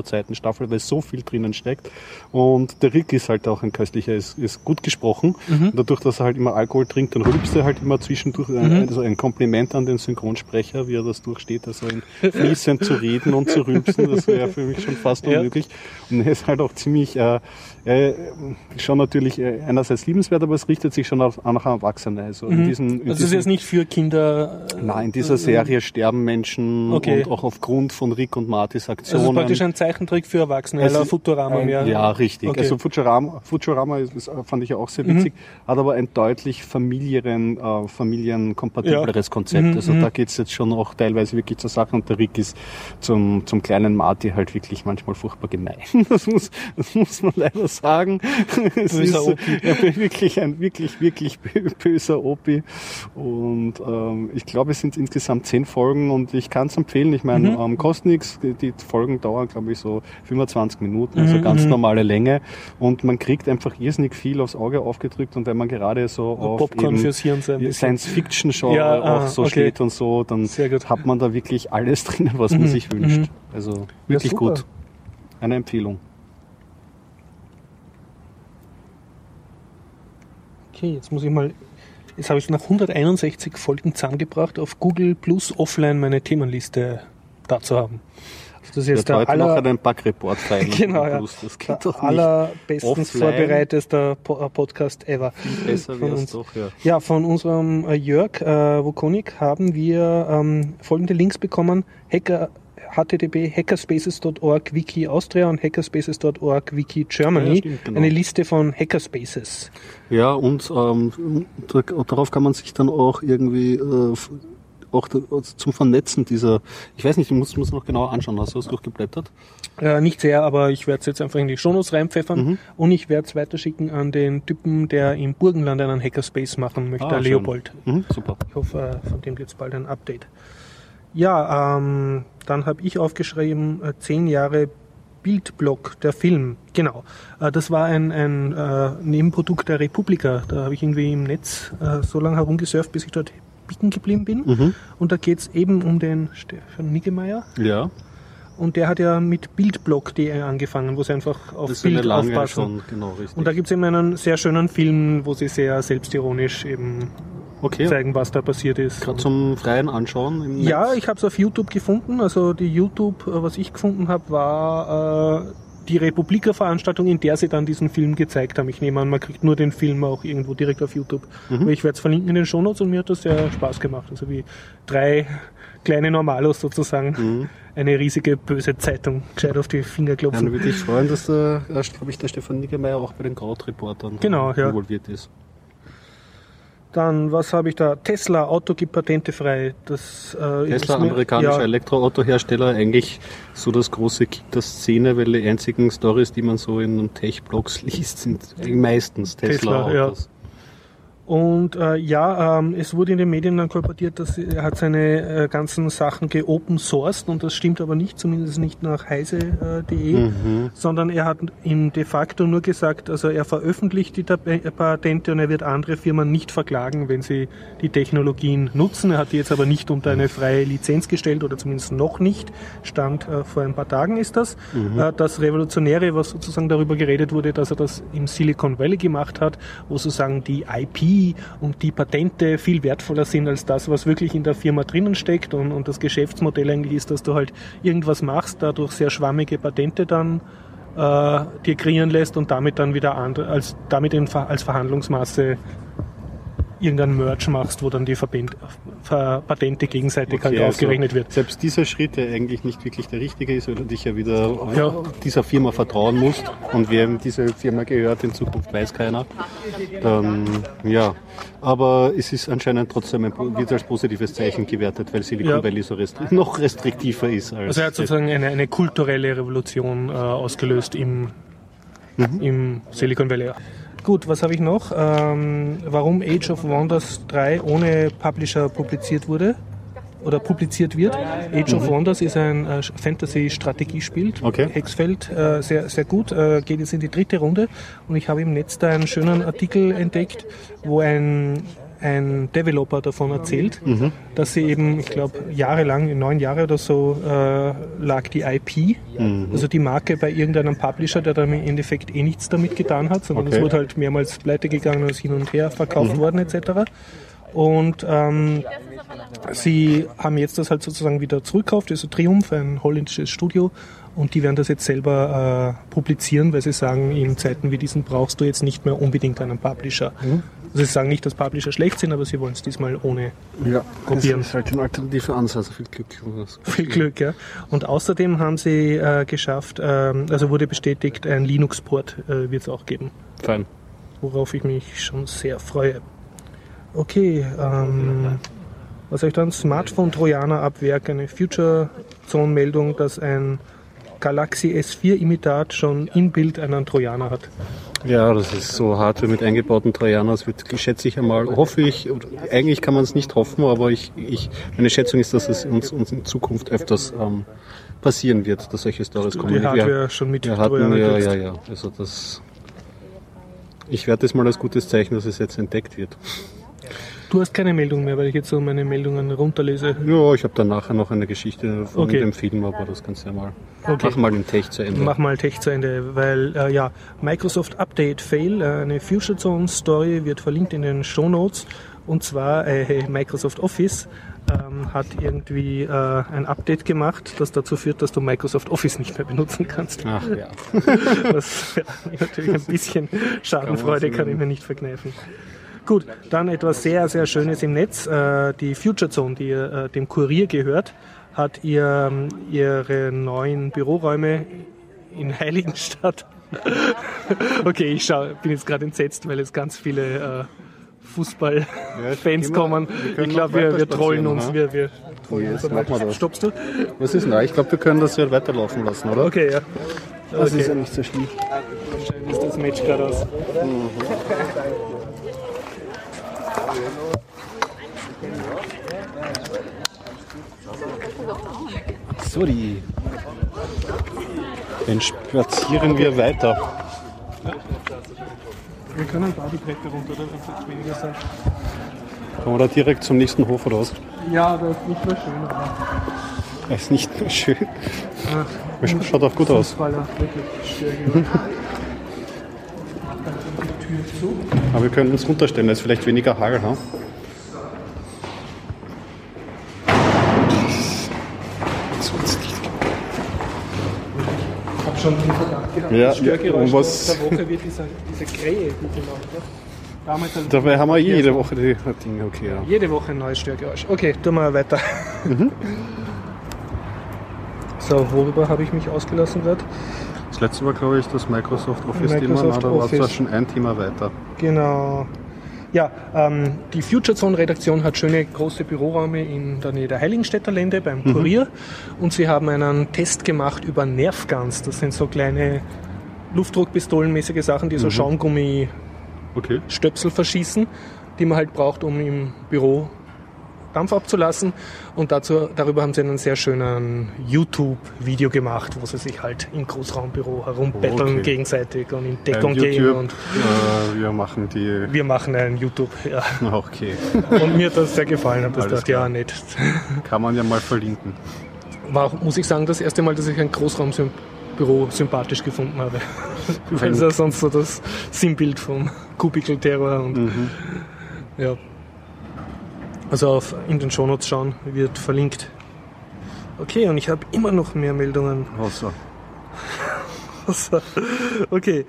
zweiten Staffel, weil so viel drinnen steckt. Und der Rick ist halt auch ein köstlicher, ist gut gesprochen. Und dadurch, dass er halt immer Alkohol trinkt, dann rülpst er halt immer zwischendurch. Also ein Kompliment an den Synchronsprecher, wie er das durchsteht, also fließend zu reden und zu rülpsen, das wäre für mich schon fast unmöglich. Und er ist halt auch ziemlich, schon natürlich einerseits liebenswert, aber es richtet sich schon an Erwachsene. Also das ist jetzt nicht für Kinder. Nein, in dieser Serie sterben Menschen und auch aufgrund von Rick und Martys Aktionen. Also praktisch ein Zeichentrick für Erwachsene, also Futurama mehr. Ja, richtig. Okay. Also Futurama fand ich ja auch sehr witzig, hat aber ein deutlich familienkompatibleres Konzept. Also da geht's jetzt schon auch teilweise wirklich zur Sache und der Rick ist zum kleinen Marty halt wirklich manchmal furchtbar gemein. Das muss man leider sagen. Es ist wirklich ein wirklich böser Opi. Und ich glaube, es sind insgesamt 10 Folgen und ich kann es empfehlen. Ich meine, kostet nichts. Die Folgen dauern, glaube ich, so 25 Minuten, also ganz normale Länge. Und man kriegt einfach irrsinnig viel aufs Auge aufgedrückt. Und wenn man gerade so auf Popcorn fürs Hirn Science-Fiction-Genre auch so steht und so, dann hat man da wirklich alles drinnen, was man sich wünscht. Also wirklich gut. Eine Empfehlung. Okay, jetzt habe ich nach 161 Folgen zusammengebracht, auf Google Plus offline meine Themenliste da zu haben. Also das ist jetzt der noch einen Bug-Report feilen. Genau, ja. Das geht doch nicht. Allerbestens vorbereitester Podcast ever. Viel besser wäre es doch, ja. Ja, von unserem Jörg Wukonik haben wir folgende Links bekommen. http://hackerspaces.org Wiki Austria und hackerspaces.org Wiki Germany. Ja, stimmt, genau. Eine Liste von Hackerspaces. Ja, und darauf kann man sich dann auch irgendwie auch zum Vernetzen dieser, ich weiß nicht, ich muss noch genauer anschauen. Hast du das durchgeblättert? Nicht sehr, aber ich werde es jetzt einfach in die Shownotes reinpfeffern und ich werde es weiterschicken an den Typen, der im Burgenland einen Hackerspace machen möchte, der Leopold. Super. Ich hoffe, von dem gibt es bald ein Update. Ja, dann habe ich aufgeschrieben, 10 Jahre Bildblock, der Film. Genau. Das war ein Nebenprodukt der Republika. Da habe ich irgendwie im Netz so lange herumgesurft, bis ich dort bicken geblieben bin. Und da geht es eben um den Stefan Niggemeier. Ja. Und der hat ja mit Bildblock.de angefangen, wo sie einfach auf das Bild aufpassen. Genau, richtig. Und da gibt es eben einen sehr schönen Film, wo sie sehr selbstironisch eben zeigen, was da passiert ist. Gerade zum freien Anschauen im Netz? Ja, ich habe es auf YouTube gefunden. Also die YouTube, was ich gefunden habe, war die Republika-Veranstaltung, in der sie dann diesen Film gezeigt haben. Ich nehme an, man kriegt nur den Film auch irgendwo direkt auf YouTube. Aber ich werde es verlinken in den Shownotes und mir hat das sehr Spaß gemacht. Also wie 3 kleine Normalos sozusagen. Eine riesige böse Zeitung. Gescheit auf die Finger klopfen. Ja, dann würde ich freuen, dass der Stefan Niggemeier auch bei den Krautreportern involviert ist. Dann, was habe ich da? Tesla, Auto gibt Patente frei. Tesla, amerikanischer Elektroautohersteller, eigentlich so das große Kind der Szene, weil die einzigen Stories, die man so in Tech-Blogs liest, sind meistens Tesla-Autos. Und es wurde in den Medien dann kolportiert, dass er hat seine ganzen Sachen geopen-sourced und das stimmt aber nicht, zumindest nicht nach heise.de, sondern er hat ihm de facto nur gesagt, also er veröffentlicht die Patente und er wird andere Firmen nicht verklagen, wenn sie die Technologien nutzen. Er hat die jetzt aber nicht unter eine freie Lizenz gestellt oder zumindest noch nicht. Stand vor ein paar Tagen ist das. Das Revolutionäre, was sozusagen darüber geredet wurde, dass er das im Silicon Valley gemacht hat, wo sozusagen die IP und die Patente viel wertvoller sind als das, was wirklich in der Firma drinnen steckt und das Geschäftsmodell eigentlich ist, dass du halt irgendwas machst, dadurch sehr schwammige Patente dann dir kreieren lässt und damit dann wieder als Verhandlungsmasse irgendein Merch machst, wo dann die Patente gegenseitig halt ausgerechnet wird. Selbst dieser Schritt, der eigentlich nicht wirklich der richtige ist, weil du dich ja wieder dieser Firma vertrauen musst und wer diese Firma gehört, in Zukunft weiß keiner. Aber es ist anscheinend trotzdem wird als positives Zeichen gewertet, weil Silicon Valley so noch restriktiver ist. Also er hat sozusagen eine kulturelle Revolution ausgelöst im Silicon Valley. Gut, was habe ich noch? Warum Age of Wonders 3 ohne Publisher publiziert wurde oder publiziert wird. Age of Wonders ist ein Fantasy-Strategiespiel. Hexfeld, sehr, sehr gut. Geht jetzt in die 3. Runde und ich habe im Netz da einen schönen Artikel entdeckt, wo ein ein Developer davon erzählt, dass sie eben, ich glaube, jahrelang, 9 Jahre oder so, lag die IP, also die Marke bei irgendeinem Publisher, der dann im Endeffekt nichts damit getan hat, sondern es wurde halt mehrmals pleite gegangen, ist hin und her verkauft worden etc. Und sie haben jetzt das halt sozusagen wieder zurückgekauft, also Triumph, ein holländisches Studio, und die werden das jetzt selber publizieren, weil sie sagen, in Zeiten wie diesen brauchst du jetzt nicht mehr unbedingt einen Publisher. Also sie sagen nicht, dass Publisher schlecht sind, aber sie wollen es diesmal ohne probieren. Das ist halt ein alternativer Ansatz, viel Glück. Viel Glück, ja. Und außerdem haben sie geschafft, also wurde bestätigt, ein Linux-Port wird es auch geben. Fein. Worauf ich mich schon sehr freue. Okay, was habe ich dann? Smartphone-Trojaner-Abwerk, eine Future-Zone-Meldung, dass ein Galaxy S4-Imitat schon in Bild einen Trojaner hat. Ja, das ist so Hardware mit eingebauten Trojanern. Das wird, schätze ich einmal, hoffe ich, eigentlich kann man es nicht hoffen, aber meine Schätzung ist, dass es uns in Zukunft öfters passieren wird, dass solche Stories kommen. Die Hardware schon mit Trojaner. Ja. Also ich werde das mal als gutes Zeichen, dass es jetzt entdeckt wird. Du hast keine Meldung mehr, weil ich jetzt so meine Meldungen runterlese. Ja, ich habe dann nachher noch eine Geschichte von dem Film, aber das kannst du ja mal. Mach mal den Tech zu Ende. Mach mal Tech zu Ende, weil Microsoft Update Fail, eine Future Zone Story wird verlinkt in den Shownotes, und zwar Microsoft Office hat irgendwie ein Update gemacht, das dazu führt, dass du Microsoft Office nicht mehr benutzen kannst. Ach ja. Das natürlich ein bisschen Schadenfreude kann ich mir nicht verkneifen. Gut, dann etwas sehr, sehr Schönes im Netz. Die Future Zone, die dem Kurier gehört, hat ihre neuen Büroräume in Heiligenstadt. Okay, bin jetzt gerade entsetzt, weil jetzt ganz viele Fußballfans kommen. Ich glaube, wir trollen uns. Wir trollen uns. Stoppst du? Was ist denn? Ich glaube, wir können das ja weiterlaufen lassen, oder? Okay, ja. Das ist ja nicht so schlimm. Anscheinend ist das Match gerade aus. So, dann spazieren wir weiter. Wir können da die Treppe runter, oder? Das wird weniger sein. Kommen wir da direkt zum nächsten Hof raus? Ja, das ist nicht mehr schön, aber... Das ist nicht mehr schön. Schaut auch gut aus. Aber wir können uns runterstellen, da ist vielleicht weniger Hall, ha? Ich habe schon den Verdacht gehabt, ja, das Störgeräusch was der Woche wird diese Krähe, die gemacht wird. Dabei haben wir jede Woche die Dinge, okay. Ja. Jede Woche ein neues Störgeräusch. Okay, tun wir weiter. So, worüber habe ich mich ausgelassen gerade? Das letzte war, glaube ich, das Microsoft Office-Thema, da war zwar schon ein Thema weiter. Genau. Ja, die Future Zone Redaktion hat schöne große Büroräume in der Nähe der Heiligenstädter Lände beim Kurier, und sie haben einen Test gemacht über Nerfguns. Das sind so kleine Luftdruckpistolenmäßige Sachen, die so Schaumgummi-Stöpsel verschießen, die man halt braucht, um im Büro Dampf abzulassen, und darüber haben sie einen sehr schönen YouTube-Video gemacht, wo sie sich halt im Großraumbüro herumbetteln gegenseitig und in Deckung gehen. Und wir machen ein YouTube, ja. Okay. Und mir hat das sehr gefallen, habe das gedacht, ja, nett. Kann man ja mal verlinken. War auch, muss ich sagen, das erste Mal, dass ich ein Großraumbüro sympathisch gefunden habe. Weil es ja sonst so das Sinnbild vom Kubikelterror und ja. Also in den Shownotes schauen, wird verlinkt. Okay, und ich habe immer noch mehr Meldungen. Okay.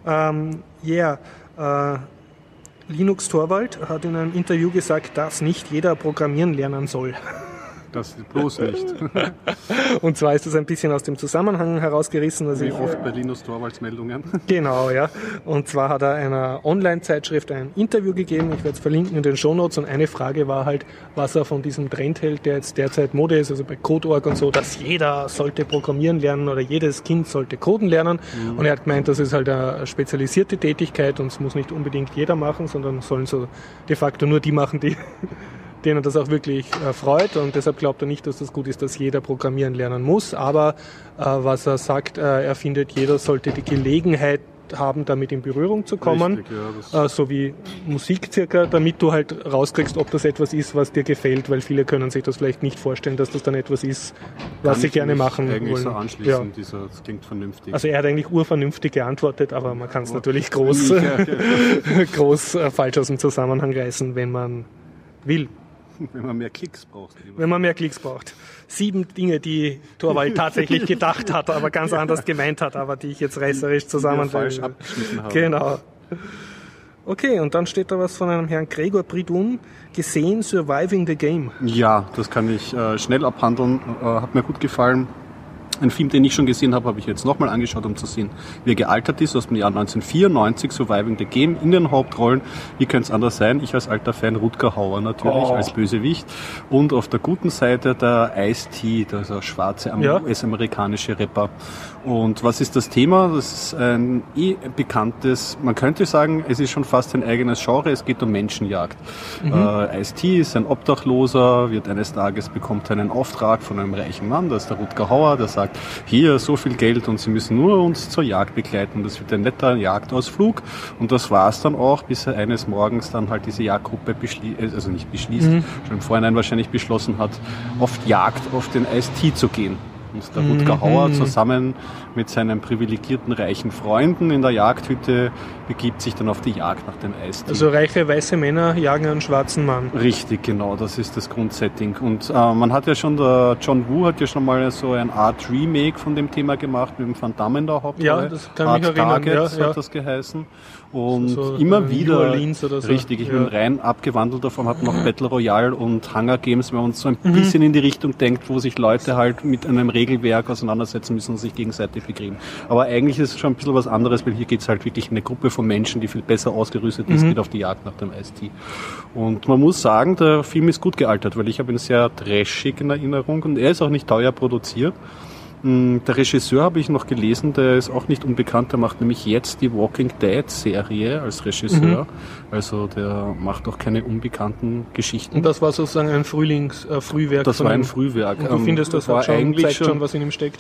Linux Torvald hat in einem Interview gesagt, dass nicht jeder programmieren lernen soll. Das bloß nicht. Und zwar ist das ein bisschen aus dem Zusammenhang herausgerissen. Wie oft bei Linus Torvalds Meldungen. Genau, ja. Und zwar hat er einer Online-Zeitschrift ein Interview gegeben. Ich werde es verlinken in den Shownotes. Und eine Frage war halt, was er von diesem Trend hält, der jetzt derzeit Mode ist, also bei Code.org und so, dass jeder sollte programmieren lernen oder jedes Kind sollte coden lernen. Und er hat gemeint, das ist halt eine spezialisierte Tätigkeit und es muss nicht unbedingt jeder machen, sondern sollen so de facto nur die machen, denen das auch wirklich freut, und deshalb glaubt er nicht, dass das gut ist, dass jeder programmieren lernen muss, aber was er sagt, er findet, jeder sollte die Gelegenheit haben, damit in Berührung zu kommen. Richtig, ja, So wie Musik circa, damit du halt rauskriegst, ob das etwas ist, was dir gefällt, weil viele können sich das vielleicht nicht vorstellen, dass das dann etwas ist, was sie gerne machen eigentlich wollen. So anschließen, das klingt vernünftig. Also er hat eigentlich urvernünftig geantwortet, aber man kann es natürlich groß falsch aus dem Zusammenhang reißen, wenn man will. Wenn man mehr Klicks braucht. Wenn man mehr Klicks braucht. 7 Dinge, die Torvald tatsächlich gedacht hat, aber ganz anders gemeint hat, aber die ich jetzt reißerisch falsch abgeschnitten habe. Genau. Okay, und dann steht da was von einem Herrn Gregor Bridun, gesehen, Surviving the Game. Ja, das kann ich schnell abhandeln, hat mir gut gefallen. Ein Film, den ich schon gesehen habe, habe ich jetzt nochmal angeschaut, um zu sehen, wie er gealtert ist, aus dem Jahr 1994, Surviving the Game, in den Hauptrollen. Wie könnte es anders sein? Ich als alter Fan, Rutger Hauer natürlich, als Bösewicht. Und auf der guten Seite der Ice-T, der schwarze US-amerikanische Rapper. Und was ist das Thema? Das ist ein bekanntes, man könnte sagen, es ist schon fast ein eigenes Genre, es geht um Menschenjagd. Ice-T ist ein Obdachloser, bekommt einen Auftrag von einem reichen Mann, das ist der Rutger Hauer, der sagt, hier so viel Geld und Sie müssen nur uns zur Jagd begleiten. Das wird ein netter Jagdausflug und das war's dann auch, bis er eines Morgens dann halt diese Jagdgruppe schon im Vorhinein wahrscheinlich beschlossen hat, auf Jagd auf den Ice-T zu gehen. Und der Rutger Hauer zusammen mit seinen privilegierten reichen Freunden in der Jagdhütte begibt sich dann auf die Jagd nach dem Ice-T. Also reiche weiße Männer jagen einen schwarzen Mann. Richtig, genau, das ist das Grundsetting. Und man hat ja schon, der John Woo hat ja schon mal so eine Art Remake von dem Thema gemacht, mit dem Van Damme in der Hauptrolle. Ja, das kann mich erinnern. Targets hat das geheißen. Und so immer wieder, New Orleans oder so. Richtig, ich bin rein abgewandelter Form, hat noch Battle Royale und Hunger Games, wenn man so ein bisschen in die Richtung denkt, wo sich Leute halt mit einem Regelwerk auseinandersetzen müssen und sich gegenseitig bekriegen. Aber eigentlich ist es schon ein bisschen was anderes, weil hier geht es halt wirklich eine Gruppe von Menschen, die viel besser ausgerüstet ist, geht auf die Jagd nach dem Ice-T. Und man muss sagen, der Film ist gut gealtert, weil ich habe ihn sehr trashig in Erinnerung und er ist auch nicht teuer produziert. Der Regisseur habe ich noch gelesen, der ist auch nicht unbekannt, der macht nämlich jetzt die Walking Dead Serie als Regisseur. Also der macht auch keine unbekannten Geschichten. Und das war sozusagen ein Frühwerk. Das war ein Frühwerk. Und du findest, das war hat schon, eigentlich zeigt schon, was in ihm steckt?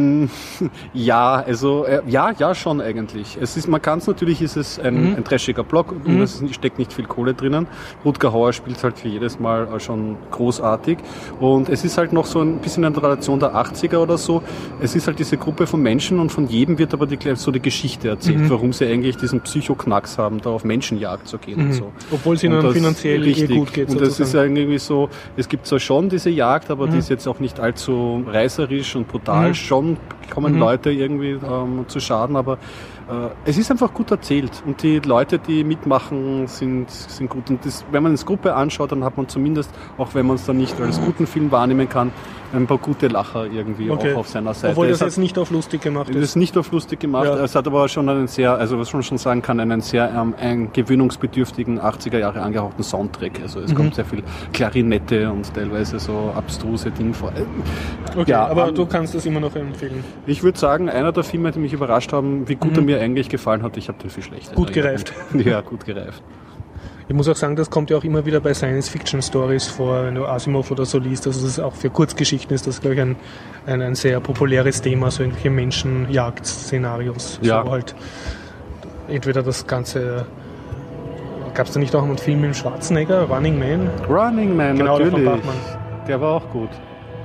Ja, also ja, schon eigentlich. Man kann es natürlich, ist es ein trashiger Block und es steckt nicht viel Kohle drinnen. Rutger Hauer spielt halt für jedes Mal schon großartig und es ist halt noch so ein bisschen in der Tradition der 80er oder so. Es ist halt diese Gruppe von Menschen und von jedem wird aber die Geschichte erzählt, warum sie eigentlich diesen Psychoknacks haben, da auf Menschenjagd zu gehen und so. Obwohl es ihnen finanziell gut geht. Und das ist ja irgendwie so, es gibt zwar schon diese Jagd, aber die ist jetzt auch nicht allzu reißerisch und brutal. Schon kommen Leute irgendwie zu Schaden, aber es ist einfach gut erzählt und die Leute, die mitmachen, sind gut. Und wenn man es Gruppe anschaut, dann hat man zumindest, auch wenn man es dann nicht als guten Film wahrnehmen kann, ein paar gute Lacher irgendwie auch auf seiner Seite. Obwohl das jetzt nicht auf lustig gemacht ist. Es ist nicht auf lustig gemacht. Ja. Es hat aber schon einen sehr, also was man schon sagen kann, einen sehr einen gewöhnungsbedürftigen 80er Jahre angehauchten Soundtrack. Also es kommt sehr viel Klarinette und teilweise so abstruse Dinge vor. Okay, ja, aber du kannst das immer noch empfehlen. Ich würde sagen, einer der Filme, die mich überrascht haben, wie gut er mir eigentlich gefallen hat, ich habe den viel schlechter. Gut gereift. Ja, gut gereift. Ich muss auch sagen, das kommt ja auch immer wieder bei Science-Fiction-Stories vor, wenn du Asimov oder so liest. Also das ist auch für Kurzgeschichten ist das, glaube ich, ein sehr populäres Thema, so irgendwelche Menschenjagd-Szenarios. Ja. So halt entweder das Ganze... Gab es da nicht auch einen Film mit Schwarzenegger, Running Man? Running Man, genau, natürlich. Von Bachmann. Der war auch gut.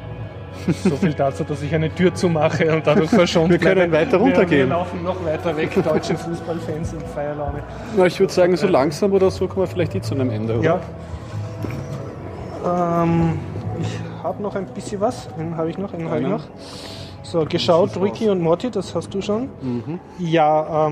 So viel dazu, dass ich eine Tür zumache und dadurch verschont Wir können weiter runtergehen. Wir laufen noch weiter weg, deutsche Fußballfans in Feierlaune. Na, ich würde sagen, so langsam oder so kommen wir vielleicht zu einem Ende, oder? Ja. Ich habe noch ein bisschen was. Einen habe ich noch. So, geschaut, Ricky und Morty, das hast du schon. Ja,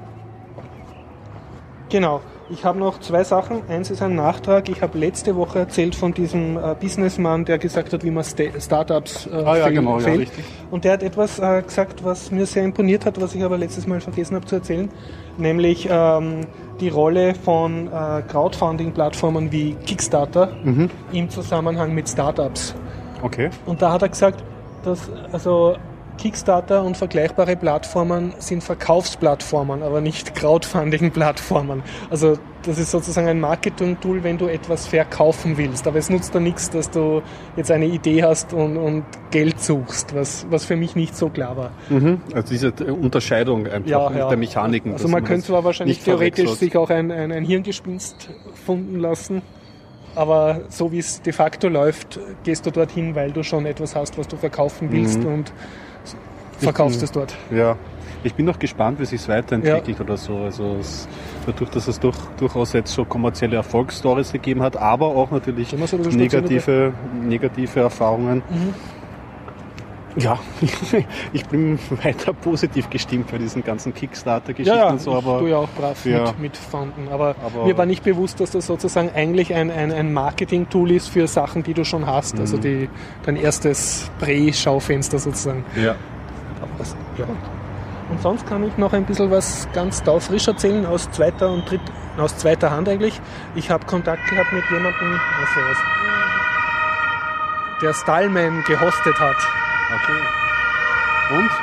genau. Ich habe noch 2 Sachen. Eins ist ein Nachtrag. Ich habe letzte Woche erzählt von diesem Businessman, der gesagt hat, wie man Startups fällt. Ja, richtig. Und der hat etwas gesagt, was mir sehr imponiert hat, was ich aber letztes Mal vergessen habe zu erzählen, nämlich die Rolle von Crowdfunding-Plattformen wie Kickstarter im Zusammenhang mit Startups. Okay. Und da hat er gesagt, dass Kickstarter und vergleichbare Plattformen sind Verkaufsplattformen, aber nicht Crowdfunding-Plattformen. Also das ist sozusagen ein Marketing-Tool, wenn du etwas verkaufen willst. Aber es nutzt dir nichts, dass du jetzt eine Idee hast und Geld suchst, was für mich nicht so klar war. Also diese Unterscheidung einfach mit der Mechaniken. Also man könnte zwar wahrscheinlich theoretisch sich auch ein Hirngespinst funden lassen, aber so wie es de facto läuft, gehst du dorthin, weil du schon etwas hast, was du verkaufen willst und verkaufst es dort. Ja, ich bin noch gespannt, wie es sich weiterentwickelt oder so. Also dadurch, dass es durchaus jetzt so kommerzielle Erfolgsstories gegeben hat, aber auch natürlich negative Erfahrungen. Ja, ich bin weiter positiv gestimmt bei diesen ganzen Kickstarter-Geschichten. Ja, und so, aber du ja auch brav mitfanden. Aber mir war nicht bewusst, dass das sozusagen eigentlich ein Marketing-Tool ist für Sachen, die du schon hast. Also dein erstes Prä-Schaufenster sozusagen. Ja. Und sonst kann ich noch ein bisschen was ganz taufrisch erzählen aus zweiter Hand eigentlich. Ich habe Kontakt gehabt mit jemandem, der Stallman gehostet hat. Okay. Und?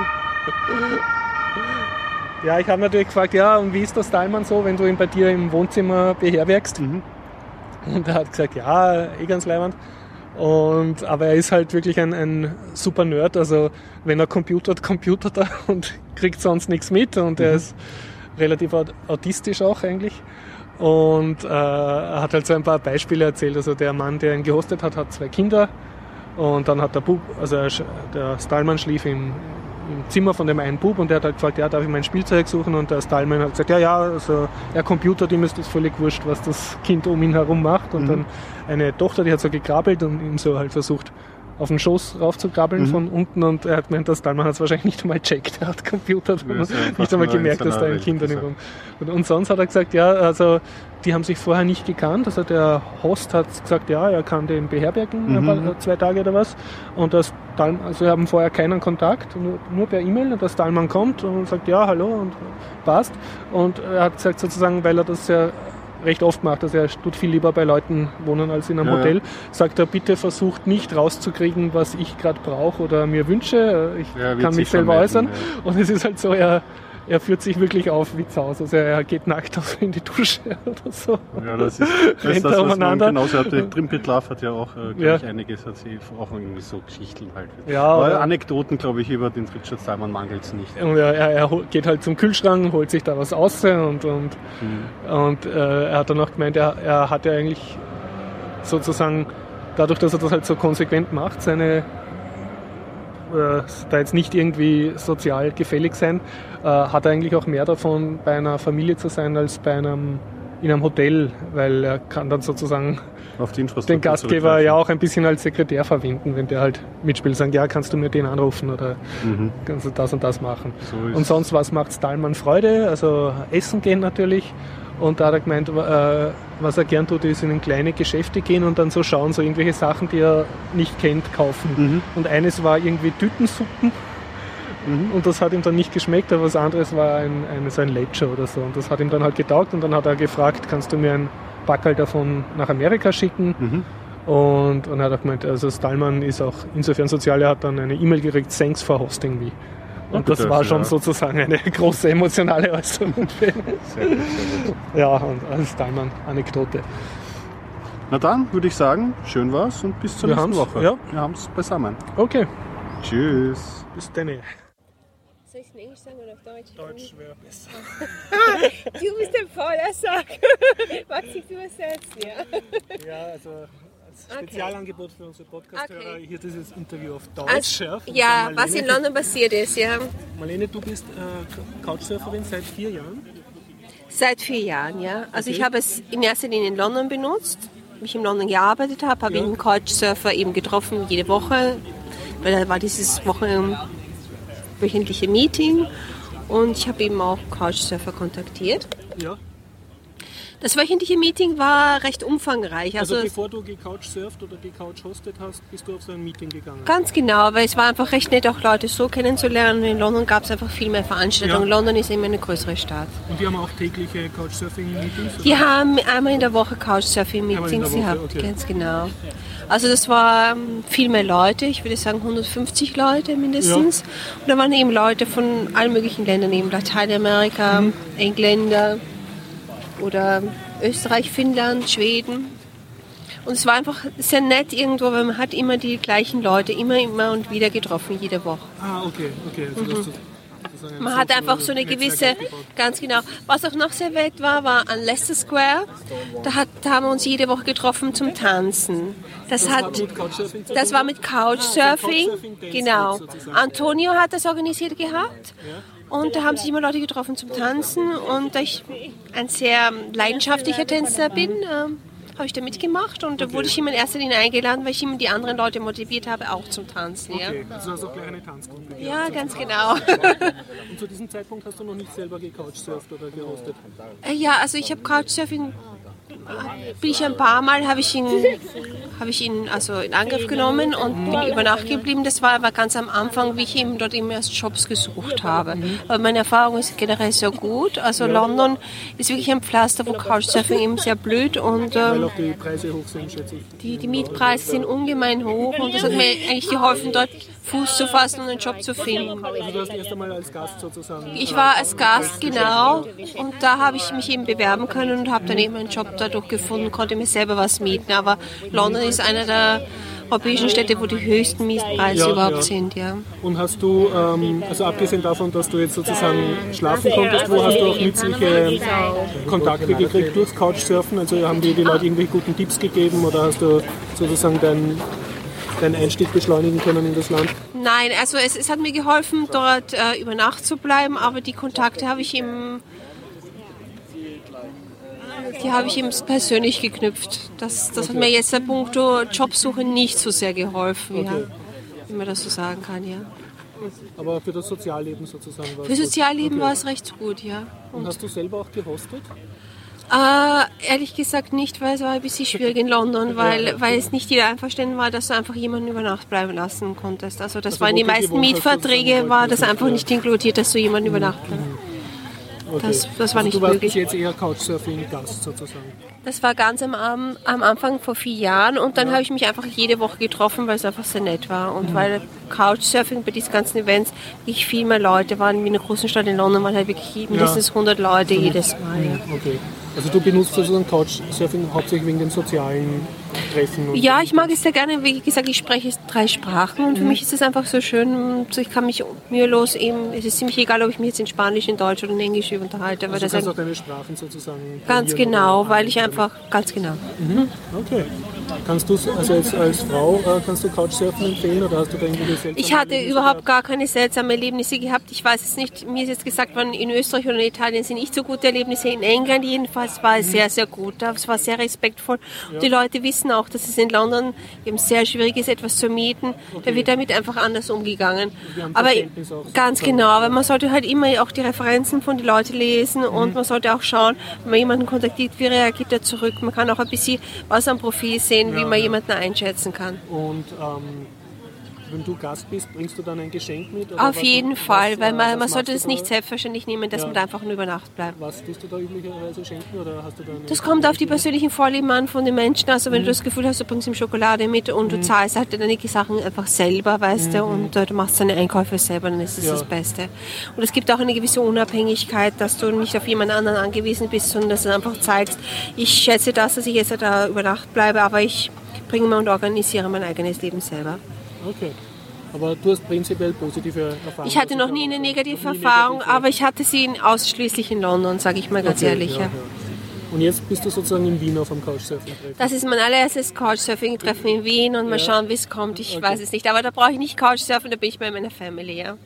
Ja, ich habe natürlich gefragt, und wie ist das Stallman so, wenn du ihn bei dir im Wohnzimmer beherbergst? Und er hat gesagt, ganz leibend. Aber er ist halt wirklich ein super Nerd, also wenn er computert er und kriegt sonst nichts mit und er ist relativ autistisch auch eigentlich. Und er hat halt so ein paar Beispiele erzählt, also der Mann, der ihn gehostet hat, hat 2 Kinder und dann hat der Stallman schlief im Zimmer von dem einen Bub und der hat halt gefragt, darf ich mein Spielzeug suchen? Und der Stallman hat gesagt, also er computert, ihm ist das völlig wurscht, was das Kind um ihn herum macht. Und dann eine Tochter, die hat so gekrabbelt und ihm so halt versucht, auf den Schoß raufzukrabbeln von unten und er hat gemeint, der Stallman hat es wahrscheinlich nicht einmal gecheckt, er hat computert und nicht einmal gemerkt, dass da ein Kind daneben war. Und sonst hat er gesagt, also die haben sich vorher nicht gekannt, also der Host hat gesagt, er kann den beherbergen, 2 Tage oder was und das also wir haben vorher keinen Kontakt, nur per E-Mail und der Stallman kommt und sagt, hallo und passt und er hat gesagt sozusagen, weil er das ja recht oft macht, also er tut viel lieber bei Leuten wohnen als in einem Hotel, sagt er, bitte versucht nicht rauszukriegen, was ich gerade brauche oder mir wünsche, ich kann mich selber äußern und es ist halt so, er führt sich wirklich auf wie Zaus, also er geht nackt in die Dusche oder so. Ja, das ist das, was man genauso hat. Trimpet Love hat ja auch, glaube ich, einiges erzählt, auch irgendwie so Geschichten halt. Ja, aber Anekdoten, glaube ich, über den Richard Stallman mangelt es nicht. Und er geht halt zum Kühlschrank, holt sich da was aus und er hat dann auch gemeint, er hat ja eigentlich sozusagen, dadurch, dass er das halt so konsequent macht, da jetzt nicht irgendwie sozial gefällig sein, hat er eigentlich auch mehr davon, bei einer Familie zu sein, als in einem Hotel, weil er kann dann sozusagen auf die den Gastgeber ja auch ein bisschen als Sekretär verwenden, wenn der halt mitspielt, sagen, kannst du mir den anrufen oder kannst du das und das machen. So und sonst, was macht Stallman Freude? Also essen gehen natürlich. Und da hat er gemeint, was er gern tut, ist in kleine Geschäfte gehen und dann so schauen, so irgendwelche Sachen, die er nicht kennt, kaufen. Und eines war irgendwie Tütensuppen und das hat ihm dann nicht geschmeckt, aber was anderes war so ein Lecho oder so. Und das hat ihm dann halt getaugt und dann hat er gefragt, kannst du mir ein Packerl davon nach Amerika schicken? Und er hat auch gemeint, also Stallman ist auch insofern sozial, er hat dann eine E-Mail gekriegt, thanks for hosting me. Und das war schon sozusagen eine große emotionale Äußerung. Sehr gut, sehr gut. Ja, und als Stallman-Anekdote. Na dann würde ich sagen, schön war's und bis zur nächsten Woche. Ja. Wir haben es beisammen. Okay. Tschüss. Bis dann. Soll ich es in Englisch sagen oder auf Deutsch? Deutsch wäre besser. Du bist der Vordersack. Magst du übersetzen, ja? Ja, also als Spezialangebot für unsere Podcast-Hörer hier dieses Interview auf Deutsch. Was in London passiert ist, ja. Marlene, du bist Couchsurferin seit 4 Jahren? Seit 4 Jahren, ja. Also ich habe es in erster Linie in London benutzt, wie ich in London gearbeitet habe, habe ich einen Couchsurfer eben getroffen, jede Woche, weil da war dieses wöchentliche Meeting und ich habe eben auch Couchsurfer kontaktiert. Ja. Das wöchentliche Meeting war recht umfangreich. Also bevor du gecouchsurft oder gecouchhostet hast, bist du auf so ein Meeting gegangen? Ganz genau, weil es war einfach recht nett, auch Leute so kennenzulernen. In London gab es einfach viel mehr Veranstaltungen. Ja. London ist immer eine größere Stadt. Und die haben auch tägliche Couchsurfing-Meetings? Die haben einmal in der Woche Couchsurfing-Meetings gehabt, ganz genau. Also das war viel mehr Leute, ich würde sagen 150 Leute mindestens. Ja. Und da waren eben Leute von allen möglichen Ländern, eben Lateinamerika, Engländer oder Österreich, Finnland, Schweden. Und es war einfach sehr nett irgendwo, weil man hat immer die gleichen Leute immer und wieder getroffen, jede Woche. Ah, okay. Also man hat einfach so eine gewisse, ganz genau. Was auch noch sehr nett war an Leicester Square. Da haben wir uns jede Woche getroffen zum Tanzen. Das war mit Couchsurfing, genau. Antonio hat das organisiert gehabt. Und da haben sich immer Leute getroffen zum Tanzen. Und da ich ein sehr leidenschaftlicher Tänzer bin, habe ich da mitgemacht und da wurde ich immer in erster Linie eingeladen, weil ich immer die anderen Leute motiviert habe, auch zum Tanzen. Ja. Okay, also hast du auch gleich eine Tanzgruppe. Ja, ganz genau. Und zu diesem Zeitpunkt hast du noch nicht selber gecouchsurft oder gehostet? Ja, also ich habe Couchsurfing, bin ich ein paar Mal, habe ich ihn also in Angriff genommen und bin über Nacht geblieben. Das war aber ganz am Anfang, wie ich eben dort immer erst Jobs gesucht habe. Aber meine Erfahrung ist generell sehr gut. Also London ist wirklich ein Pflaster, wo Couchsurfing eben sehr blöd und weil auch die Preise hoch sind, schätze ich. Die Mietpreise sind ungemein hoch und das hat mir eigentlich geholfen, dort Fuß zu fassen und einen Job zu finden. Also du hast erst einmal als Gast sozusagen... Ich war als Gast, genau. Und da habe ich mich eben bewerben können und habe dann eben einen Job dadurch gefunden, konnte mir selber was mieten. Aber London ist einer der europäischen Städte, wo die höchsten Mietpreise überhaupt sind. Ja. Und hast du, also abgesehen davon, dass du jetzt sozusagen schlafen konntest, wo hast du auch nützliche Kontakte gekriegt durch Couchsurfen? Also haben dir die Leute irgendwelche guten Tipps gegeben oder hast du sozusagen deinen Einstieg beschleunigen können in das Land? Nein, also es hat mir geholfen, dort über Nacht zu bleiben, aber die Kontakte habe ich eben persönlich geknüpft. Das hat mir jetzt der Punkt Jobsuche nicht so sehr geholfen, okay. Ja, wie man das so sagen kann, ja. Aber für das Sozialleben sozusagen war es Für Sozialleben war es recht gut, ja. Und hast du selber auch gehostet? Ehrlich gesagt nicht, weil es war ein bisschen schwierig in London, weil es nicht jeder einverstanden war, dass du einfach jemanden über Nacht bleiben lassen konntest. Also das war in den meisten Mietverträgen, war das einfach nicht inkludiert, dass du jemanden über Nacht bleibst. Okay. Das war also nicht du warst möglich. Bis jetzt eher Couchsurfing-Gast sozusagen? Das war ganz am Anfang vor 4 Jahren und dann habe ich mich einfach jede Woche getroffen, weil es einfach sehr nett war und weil Couchsurfing bei diesen ganzen Events wirklich viel mehr Leute waren. Wie in einer großen Stadt in London waren halt wirklich mindestens 100 Leute jedes Mal. Ja. Okay. Also du benutzt sozusagen Couchsurfing hauptsächlich wegen den sozialen Treffen? Ja, ich mag es sehr gerne. Wie gesagt, ich spreche 3 Sprachen und für mich ist es einfach so schön. Ich kann mich mühelos eben, es ist ziemlich egal, ob ich mich jetzt in Spanisch, in Deutsch oder in Englisch unterhalte. Also du kannst auch deine Sprachen sozusagen... Ganz genau, weil ich einfach, ganz genau. Okay. Kannst du also als Frau, kannst du Couchsurfen empfehlen oder hast du da irgendwie seltsame Ich hatte überhaupt gar keine seltsamen Erlebnisse gehabt. Ich weiß es nicht, mir ist jetzt gesagt worden, in Österreich oder in Italien sind nicht so gute Erlebnisse. In England jedenfalls war es sehr, sehr gut. Es war sehr respektvoll. Ja. Die Leute wissen auch, dass es in London eben sehr schwierig ist, etwas zu mieten. Okay. Da wird damit einfach anders umgegangen. Aber ganz genau, aber man sollte halt immer auch die Referenzen von den Leuten lesen und man sollte auch schauen, wenn man jemanden kontaktiert, wie reagiert er zurück. Man kann auch ein bisschen was am Profil sehen, wie man jemanden einschätzen kann. Und wenn du Gast bist, bringst du dann ein Geschenk mit? Oder auf jeden Fall, weil man sollte das nicht selbstverständlich nehmen, dass man da einfach nur über Nacht bleibt. Was tust du da üblicherweise schenken? Oder hast du da das kommt auf die persönlichen Vorlieben an von den Menschen. Also wenn du das Gefühl hast, du bringst ihm Schokolade mit und du zahlst halt deine Sachen einfach selber, weißt du, und du machst deine Einkäufe selber, dann ist das das Beste. Und es gibt auch eine gewisse Unabhängigkeit, dass du nicht auf jemand anderen angewiesen bist, sondern dass du einfach zeigst, ich schätze das, dass ich jetzt da über Nacht bleibe, aber ich bringe mir und organisiere mein eigenes Leben selber. Okay. Aber du hast prinzipiell positive Erfahrungen? Ich hatte noch nie eine negative Erfahrung, aber ich hatte sie ausschließlich in London, sage ich mal ganz ehrlich. Ja. Und jetzt bist du sozusagen in Wien auf einem Couchsurfing-Treffen? Das ist mein allererstes Couchsurfing-Treffen in Wien und mal schauen, wie es kommt. Ich weiß es nicht, aber da brauche ich nicht Couchsurfen, da bin ich bei meiner Family, ja.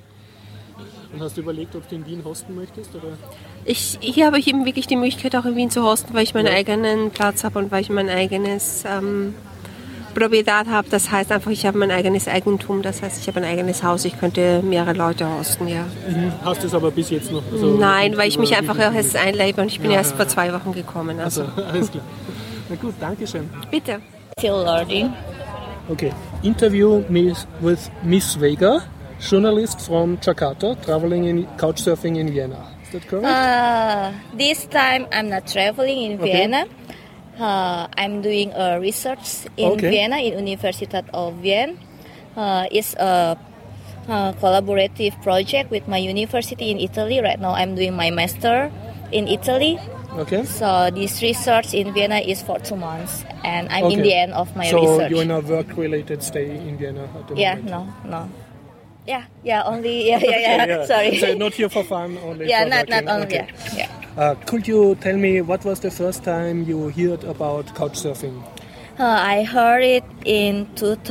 Und hast du überlegt, ob du in Wien hosten möchtest? Oder? Hier habe ich eben wirklich die Möglichkeit, auch in Wien zu hosten, weil ich meinen eigenen Platz habe und weil ich mein eigenes Propiedad habe, das heißt einfach, ich habe mein eigenes Eigentum, das heißt, ich habe ein eigenes Haus, ich könnte mehrere Leute hosten, ja. Hast du es aber bis jetzt noch? Also Nein, weil ich mich einfach erst einlebe und ich bin erst vor 2 Wochen gekommen. Also. Alles klar. Na gut, danke schön. Bitte. Still learning. Okay, interview with Miss Vega, journalist from Jakarta, traveling in couchsurfing in Vienna. Is that correct? This time I'm not traveling in Vienna. I'm doing a research in Vienna, in Universität of Vienna. It's a collaborative project with my university in Italy. Right now I'm doing my master in Italy. Okay. So this research in Vienna is for 2 months, and I'm in the end of my research. So you're in a work-related stay in Vienna at the moment? No. Yeah, only, yeah. Sorry. So not here for fun, only yeah, for not working. only, okay. yeah. Could you tell me what was the first time you heard about couchsurfing? I heard it in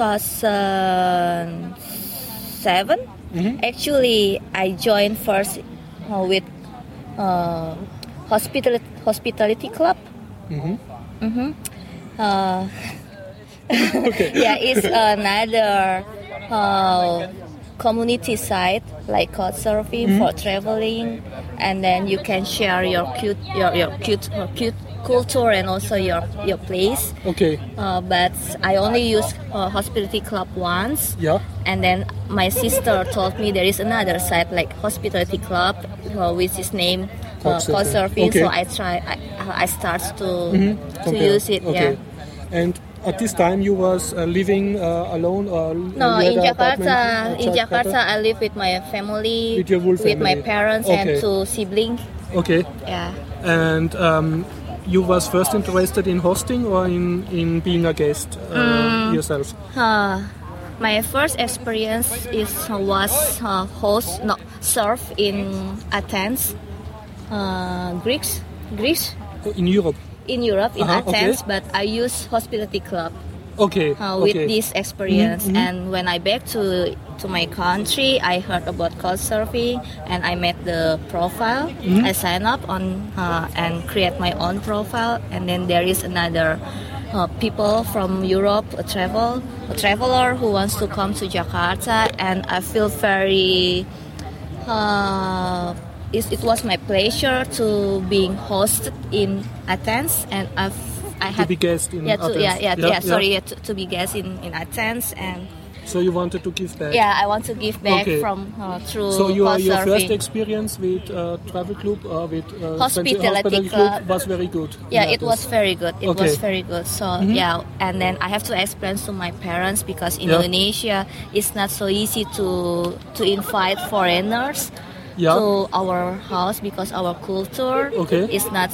2007. Mm-hmm. Actually, I joined first with hospitality club. Mm-hmm. Okay. Yeah, it's another community site like couchsurfing for traveling, and then you can share your cute culture and also your place. Okay. But I only used hospitality club once. Yeah. And then my sister told me there is another site like hospitality club, which is named couchsurfing. Okay. So I start to use it. Okay. Yeah. And at this time you was living alone or no, in Jakarta. In Jakarta, I live with my family, with your whole family. With my parents and 2 siblings. Okay. Yeah. And you was first interested in hosting or in being a guest yourself? My first experience was surf in Athens, Greece. In Europe. In Europe, in Athens, okay. but I used hospitality club. Okay. With this experience, and when I back to my country, I heard about couchsurfing, and I made the profile. I sign up on and create my own profile, and then there is another people from Europe, a traveler who wants to come to Jakarta, and I feel very. It was my pleasure to being hosted in Athens, and I had to be guest in Athens. To be guest in Athens, and so you wanted to give back. Yeah, I want to give back from through. So your first experience with travel club with hospitality club was very good. Yeah, it was very good. It was very good. So and then I have to explain to my parents because Indonesia is not so easy to invite foreigners. To our house because our culture is not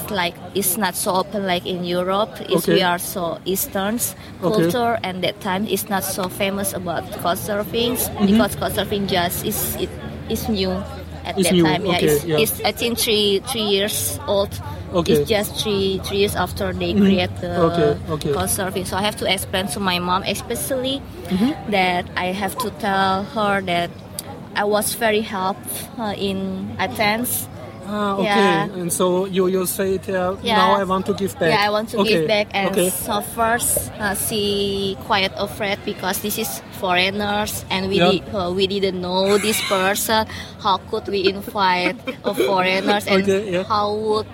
so open like in Europe. We are so Eastern culture, and that time is not so famous about couchsurfing because couchsurfing just is new at that time. It's I think 3 years old. It's just 3 years after they create the couchsurfing. So I have to explain to my mom especially that I have to tell her that I was very helpful in Athens. And so you say now I want to give back. Yeah, I want to give back. And so first she quite afraid because this is foreigners and we didn't know this person. How could we invite foreigners and how would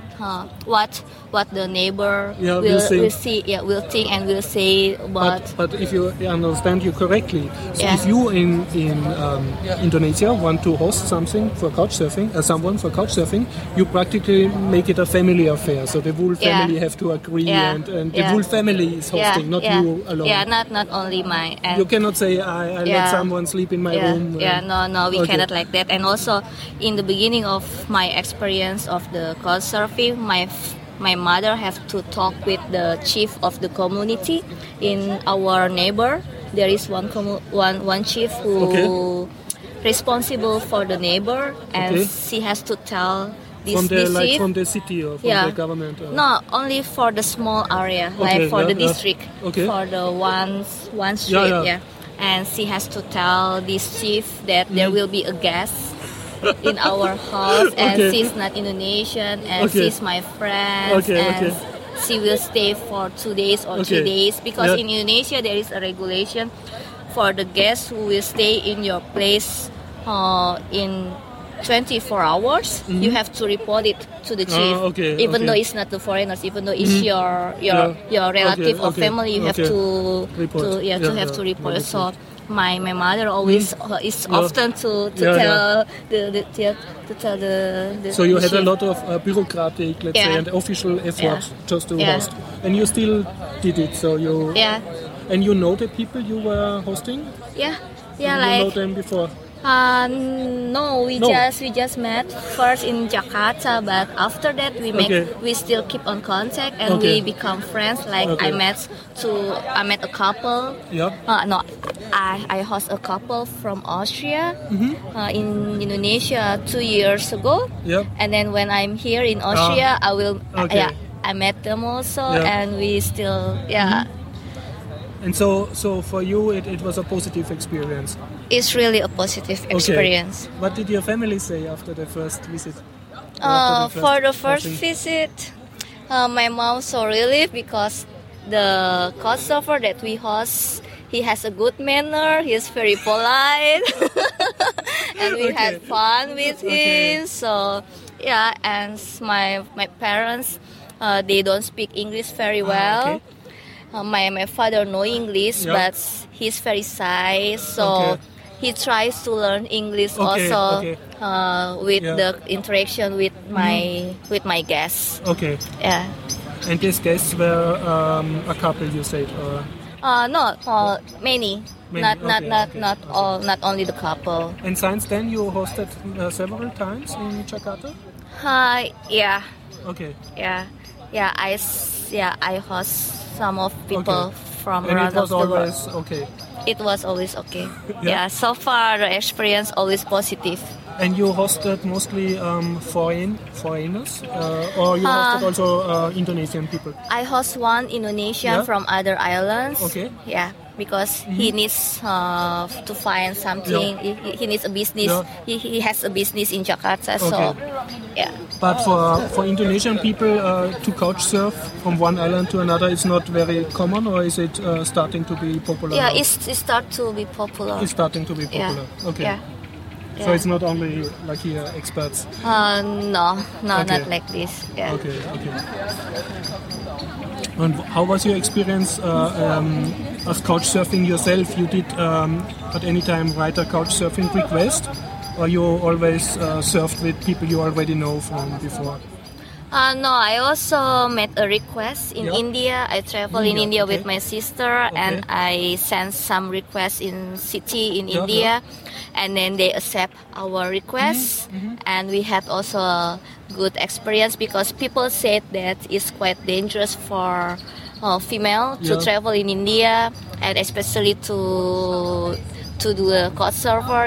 what the neighbor will think and will say about. But if you understand you correctly, so if you in Indonesia want to host something for couchsurfing, someone for couchsurfing, you practically make it a family affair. So the whole family have to agree, and the whole family is hosting, not you alone. Yeah, not only my. You cannot say I let someone sleep in my room. No, we cannot like that. And also, in the beginning of my experience of the couchsurfing, my mother have to talk with the chief of the community in our neighbor. There is one chief who responsible for the neighbor, and she has to tell this chief from the city or from the government. No, only for the small area, like for the district, for the one street. And she has to tell this chief that there will be a guest in our house, and she's not Indonesian, and she's my friend, and she will stay for 2 days or 3 days, because in Indonesia there is a regulation for the guests who will stay in your place in 24 hours. You have to report it to the chief, even though it's not the foreigners, even though it's your relative or family, you have to report. So my mother always is often to tell the So you had chief. a lot of bureaucratic, let's say, and official effort just to host, and you still did it. So you and you know the people you were hosting. You know them before. No, we just met first in Jakarta, but after that we still keep on contact and we become friends. Like I met a couple. I host a couple from Austria in Indonesia 2 years ago. And then when I'm here in Austria, I met them also, and we still And so for you, it was a positive experience. It's really a positive experience. What did your family say after the first visit? For the first visit, my mom so relieved because the couchsurfer that we host, he has a good manner. He's very polite, and we had fun with him. So and my parents, they don't speak English very well. My father knows English, but he's very shy, so he tries to learn English also with the interaction with my guests. And these guests were a couple, you said, or no, many. Not only the couple. And since then, you hosted several times in Jakarta. I host some of people from around the world. And it was always okay? It was always okay. So far the experience always positive. And you hosted mostly foreigners? Or you hosted also Indonesian people? I host one Indonesian from other islands. Because he needs to find something. He needs a business. He has a business in Jakarta. So, But for Indonesian people to couch surf from one island to another, it's not very common, or is it starting to be popular? Yeah, it's starting to be popular. It's starting to be popular. So it's not only like here expats. No, not like this. And how was your experience as couch surfing yourself? You did at any time write a couch surfing request, or you always surfed with people you already know from before? No, I also made a request in India. I traveled in India with my sister, and I sent some requests in city in India, and then they accept our requests, and we had also a good experience because people said that it's quite dangerous for female to travel in India, and especially to do a couchsurfer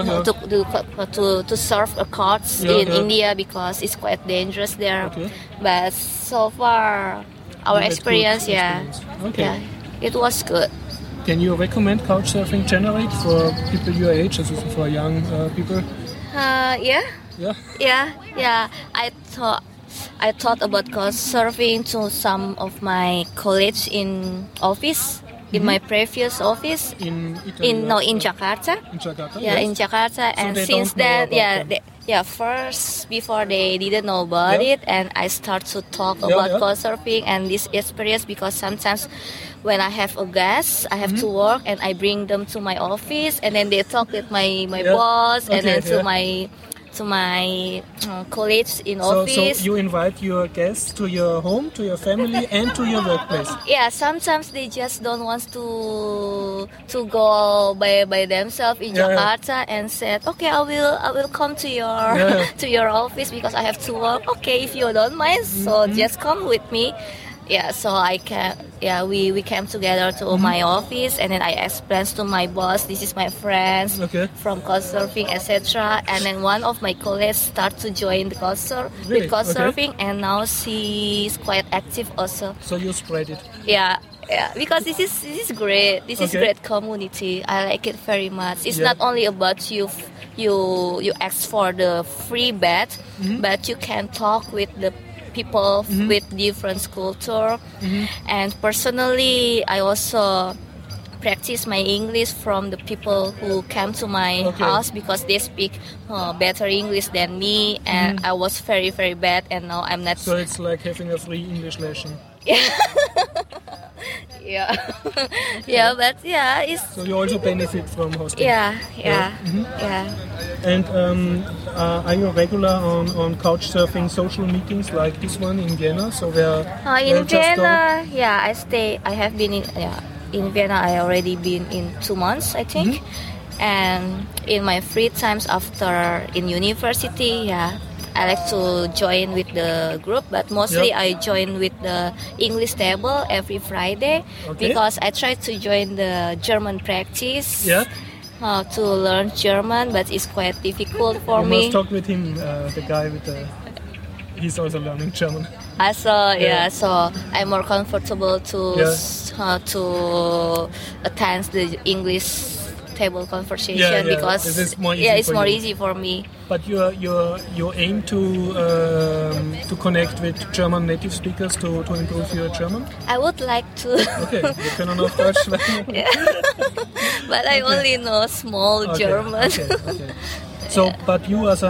to surf a couch in India because it's quite dangerous there. But so far, our experience, it was good. Can you recommend couchsurfing generally for people your age, as for young people? I thought about couchsurfing to some of my colleagues in office. In my previous office in Jakarta. In Jakarta, in Jakarta, and so since then, first before they didn't know about it, and I start to talk about couchsurfing and this experience because sometimes when I have a guest, I have to work and I bring them to my office, and then they talk with my boss, and then to my colleagues in office. So you invite your guests to your home, to your family, and to your workplace. Sometimes they just don't want to go by themselves in Jakarta and said, okay, I will come to your to your office because I have to work. Okay, if you don't mind, so just come with me. So we came together to my office, and then I explained to my boss, this is my friends from couchsurfing, etc. And then one of my colleagues start to join the couchsurfing, and now she's quite active also. So you spread it. Because this is great. This is great community. I like it very much. It's not only about you ask for the free bed, but you can talk with the people with different culture. And personally, I also practice my English from the people who came to my house because they speak better English than me, and I was very, very bad, and now I'm not. So it's like having a free English lesson. Yeah, yeah, but yeah, it's. So you also benefit from hosting. Yeah. And are you regular on couchsurfing social meetings like this one in Vienna? So in Vienna, I have been in Vienna. I already been in 2 months, I think. And in my free times after in university, I like to join with the group, but mostly I join with the English table every Friday because I try to join the German practice to learn German, but it's quite difficult for me. You must talk with him, the guy with the... He's also learning German. So I'm more comfortable to attend the English table conversation because it's more easy for me. But you aim to connect with German native speakers to improve your German? I would like to. Okay, wir können auf Deutsch sprechen. But I only know small German. Okay. So, but you as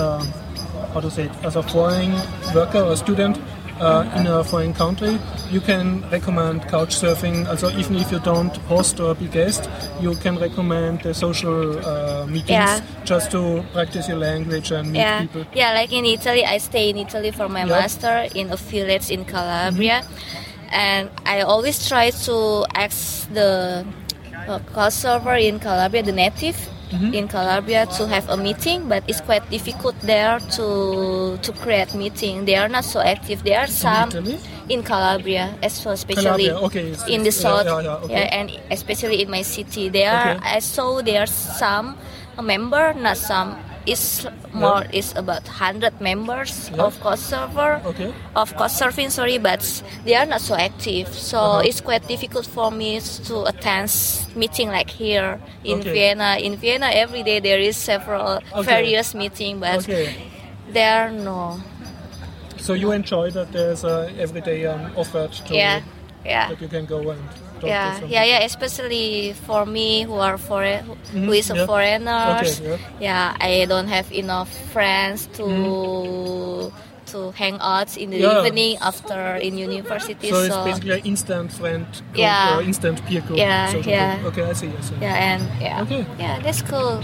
as a foreign worker or student in a foreign country, you can recommend couchsurfing. Also, even if you don't host or be guest, you can recommend the social meetings just to practice your language and meet people. Yeah, like in Italy, I stay in Italy for my master in a village in Calabria, and I always try to ask the couchsurfer in Calabria, the native. In Calabria to have a meeting, but it's quite difficult there to create meeting. They are not so active. There are some in Calabria, especially in the south, and especially in my city. I saw there are some member, not some. It's more. It's about 100 members of couchsurfing. But they are not so active. So it's quite difficult for me to attend meeting like here in Vienna. In Vienna, every day there is several various meetings, but there are no. So you enjoy that there's every day offered to that you can go and. Especially for me who is a foreigner. I don't have enough friends to hang out in the evening after in university. So it's basically an instant friend group or instant peer group. Okay, I see. That's cool.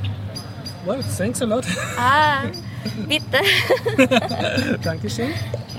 Well, thanks a lot. Bitte. Dankeschön.